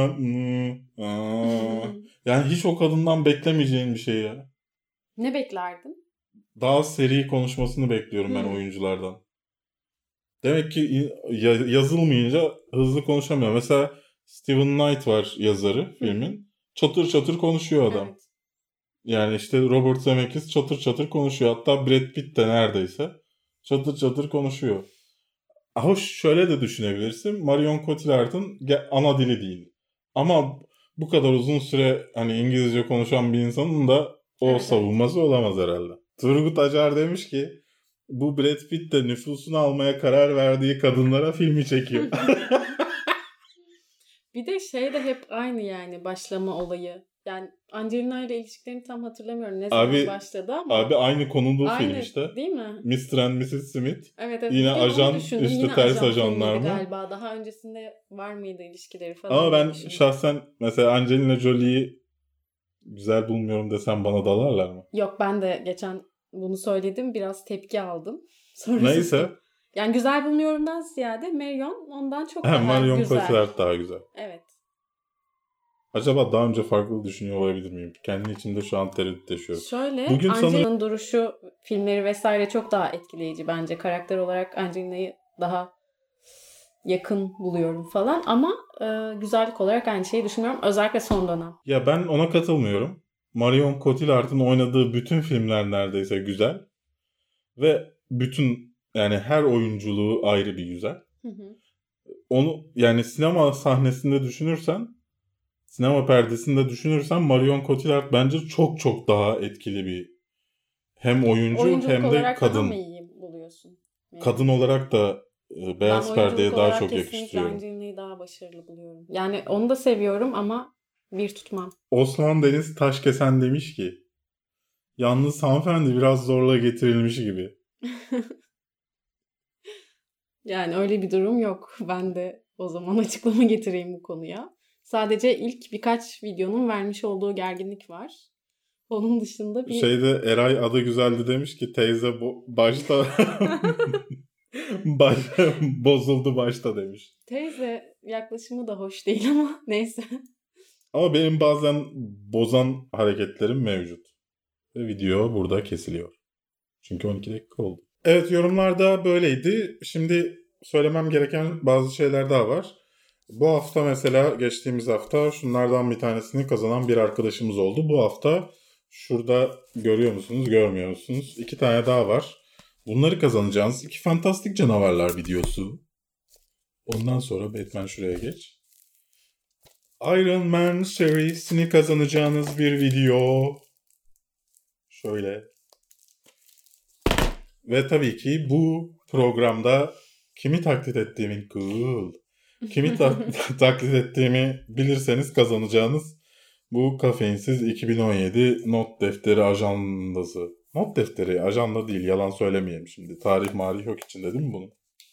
[SPEAKER 2] Yani hiç o kadından beklemeyeceğin bir şey ya.
[SPEAKER 1] Ne beklerdin?
[SPEAKER 2] Daha seri konuşmasını bekliyorum ben hmm. oyunculardan. Demek ki yazılmayınca hızlı konuşamıyor. Mesela Steven Knight var yazarı filmin. Çatır çatır konuşuyor adam. Evet. Yani işte Robert Zemeckis çatır çatır konuşuyor. Hatta Brad Pitt de neredeyse çatır çatır konuşuyor. Hoş şöyle de düşünebilirsin. Marion Cotillard'ın ana dili değil. Ama bu kadar uzun süre hani İngilizce konuşan bir insanın da o evet, savunması evet. olamaz herhalde. Turgut Acar demiş ki bu Brad Pitt de nüfusunu almaya karar verdiği kadınlara filmi çekiyor.
[SPEAKER 1] Bir de şey de hep aynı yani başlama olayı. Yani Angelina ile ilişkilerini tam hatırlamıyorum ne zaman abi, başladı ama.
[SPEAKER 2] Abi aynı konulu
[SPEAKER 1] aynı,
[SPEAKER 2] film işte.
[SPEAKER 1] Değil mi?
[SPEAKER 2] mister and missus Smith.
[SPEAKER 1] Evet evet.
[SPEAKER 2] Yine ajan işte Yine ters ajan ajanlar mı?
[SPEAKER 1] Galiba daha öncesinde var mıydı ilişkileri falan.
[SPEAKER 2] Ama ben düşündüm. Şahsen mesela Angelina Jolie'yi güzel bulmuyorum desem bana dalarlar mı?
[SPEAKER 1] Yok ben de geçen bunu söyledim biraz tepki aldım. Sonrasında,
[SPEAKER 2] neyse.
[SPEAKER 1] Yani güzel bulmuyorumdan ziyade Marion ondan çok
[SPEAKER 2] ha,
[SPEAKER 1] daha
[SPEAKER 2] Marion
[SPEAKER 1] güzel.
[SPEAKER 2] Marion Cotillard daha güzel.
[SPEAKER 1] Evet.
[SPEAKER 2] Acaba daha önce farklı düşünüyor olabilir miyim? Kendi içimde şu an tereddüt yaşıyorum.
[SPEAKER 1] Şöyle, Bugün Angelina'nın sanırım... duruşu, filmleri vesaire çok daha etkileyici bence. Karakter olarak Angelina'yı daha yakın buluyorum falan. Ama e, güzellik olarak aynı şeyi düşünmüyorum. Özellikle son dönem.
[SPEAKER 2] Ya ben ona katılmıyorum. Marion Cotillard'ın oynadığı bütün filmler neredeyse güzel. Ve bütün Yani her oyunculuğu ayrı bir güzel.
[SPEAKER 1] Hı hı.
[SPEAKER 2] Onu yani sinema sahnesinde düşünürsen, sinema perdesinde düşünürsen Marion Cotillard bence çok çok daha etkili bir hem oyuncu
[SPEAKER 1] Oyunculuk
[SPEAKER 2] hem de
[SPEAKER 1] olarak daha mı
[SPEAKER 2] kadın.
[SPEAKER 1] iyi buluyorsun? Yani
[SPEAKER 2] Kadın olarak da e,
[SPEAKER 1] ben
[SPEAKER 2] beyaz
[SPEAKER 1] oyunculuk
[SPEAKER 2] perdeye daha
[SPEAKER 1] olarak
[SPEAKER 2] çok
[SPEAKER 1] kesinlikle
[SPEAKER 2] yakıştırıyorum.
[SPEAKER 1] Angelina'yı daha başarılı buluyorum. Yani onu da seviyorum ama bir tutmam.
[SPEAKER 2] Osman Deniz Taşkesen demiş ki, yalnız hanımefendi biraz zorla getirilmiş gibi.
[SPEAKER 1] Yani öyle bir durum yok. Ben de o zaman açıklama getireyim bu konuya. Sadece ilk birkaç videonun vermiş olduğu gerginlik var. Onun dışında bir...
[SPEAKER 2] Şeyde Eray adı güzeldi demiş ki teyze bo- başta baş, bozuldu başta demiş.
[SPEAKER 1] Teyze yaklaşımı da hoş değil ama neyse.
[SPEAKER 2] Ama benim bazen bozan hareketlerim mevcut. Ve video burada kesiliyor. Çünkü on iki dakika oldu. Evet, yorumlarda böyleydi. Şimdi söylemem gereken bazı şeyler daha var. Bu hafta mesela geçtiğimiz hafta şunlardan bir tanesini kazanan bir arkadaşımız oldu. Bu hafta şurada görüyor musunuz, görmüyor musunuz? İki tane daha var. Bunları kazanacağınız iki fantastik canavarlar videosu. Ondan sonra Batman şuraya geç. Iron Man serisini kazanacağınız bir video. Şöyle. Ve tabii ki bu programda kimi taklit ettiğimin cool. Kimi ta- taklit ettiğimi bilirseniz kazanacağınız bu kafeinsiz iki bin on yedi not defteri ajandası. Not defteri, ajanda değil, yalan söylemeyeyim şimdi. Tarih marih yok içinde değil mi bunun?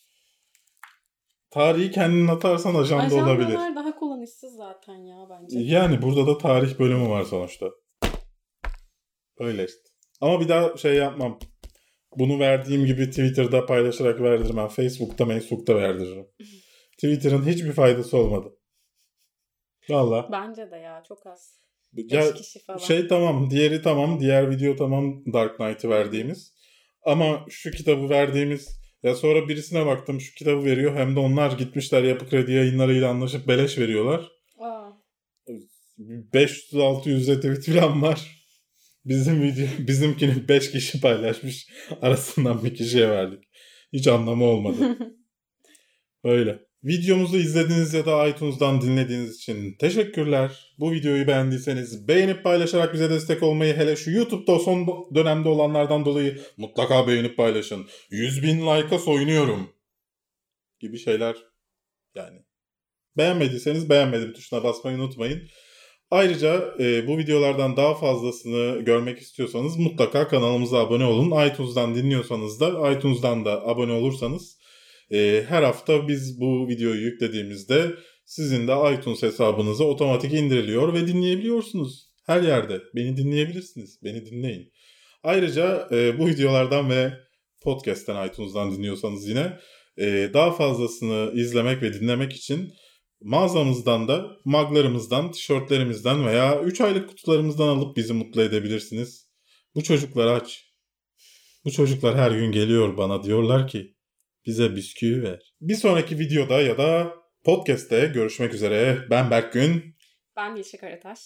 [SPEAKER 2] Tarihi kendin atarsan ajanda
[SPEAKER 1] Ajandalar
[SPEAKER 2] olabilir.
[SPEAKER 1] Ajandalar daha kullanışsız zaten ya bence.
[SPEAKER 2] Yani burada da tarih bölümü var sonuçta. Öyle işte. Ama bir daha şey yapmam. Bunu verdiğim gibi Twitter'da paylaşarak verdirmem. Facebook'ta, Facebook'ta verdiririm. Twitter'ın hiçbir faydası olmadı. Valla.
[SPEAKER 1] Bence de ya çok az.
[SPEAKER 2] Ya,
[SPEAKER 1] beş kişi falan.
[SPEAKER 2] Şey tamam, diğeri tamam, diğer video tamam, Dark Knight'ı verdiğimiz. Ama şu kitabı verdiğimiz, ya sonra birisine baktım şu kitabı veriyor, hem de onlar gitmişler Yapı Kredi yayınlarıyla anlaşıp beleş veriyorlar.
[SPEAKER 1] Aa.
[SPEAKER 2] beş yüz altı yüz retweet falan var. Bizim video, bizimkini beş kişi paylaşmış. Arasından bir kişiye verdik. Hiç anlamı olmadı. Öyle. Videomuzu izlediğiniz ya da iTunes'dan dinlediğiniz için teşekkürler. Bu videoyu beğendiyseniz beğenip paylaşarak bize destek olmayı, hele şu YouTube'da son dönemde olanlardan dolayı mutlaka beğenip paylaşın. yüz bin like'a soyunuyorum gibi şeyler yani. Beğenmediyseniz beğenmedim tuşuna basmayı unutmayın. Ayrıca e, bu videolardan daha fazlasını görmek istiyorsanız mutlaka kanalımıza abone olun. iTunes'dan dinliyorsanız da iTunes'dan da abone olursanız e, her hafta biz bu videoyu yüklediğimizde sizin de iTunes hesabınıza otomatik indiriliyor ve dinleyebiliyorsunuz. Her yerde beni dinleyebilirsiniz. Beni dinleyin. Ayrıca e, bu videolardan ve podcast'ten iTunes'dan dinliyorsanız yine e, daha fazlasını izlemek ve dinlemek için mağazamızdan da muglarımızdan, tişörtlerimizden veya üç aylık kutularımızdan alıp bizi mutlu edebilirsiniz. Bu çocuklar aç. Bu çocuklar her gün geliyor bana, diyorlar ki bize bisküvi ver. Bir sonraki videoda ya da podcast'te görüşmek üzere. Ben Berkgün.
[SPEAKER 1] Ben Yeşil Karataş.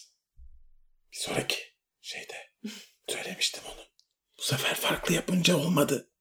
[SPEAKER 2] Bir sonraki şeyde söylemiştim onu. Bu sefer farklı yapınca olmadı.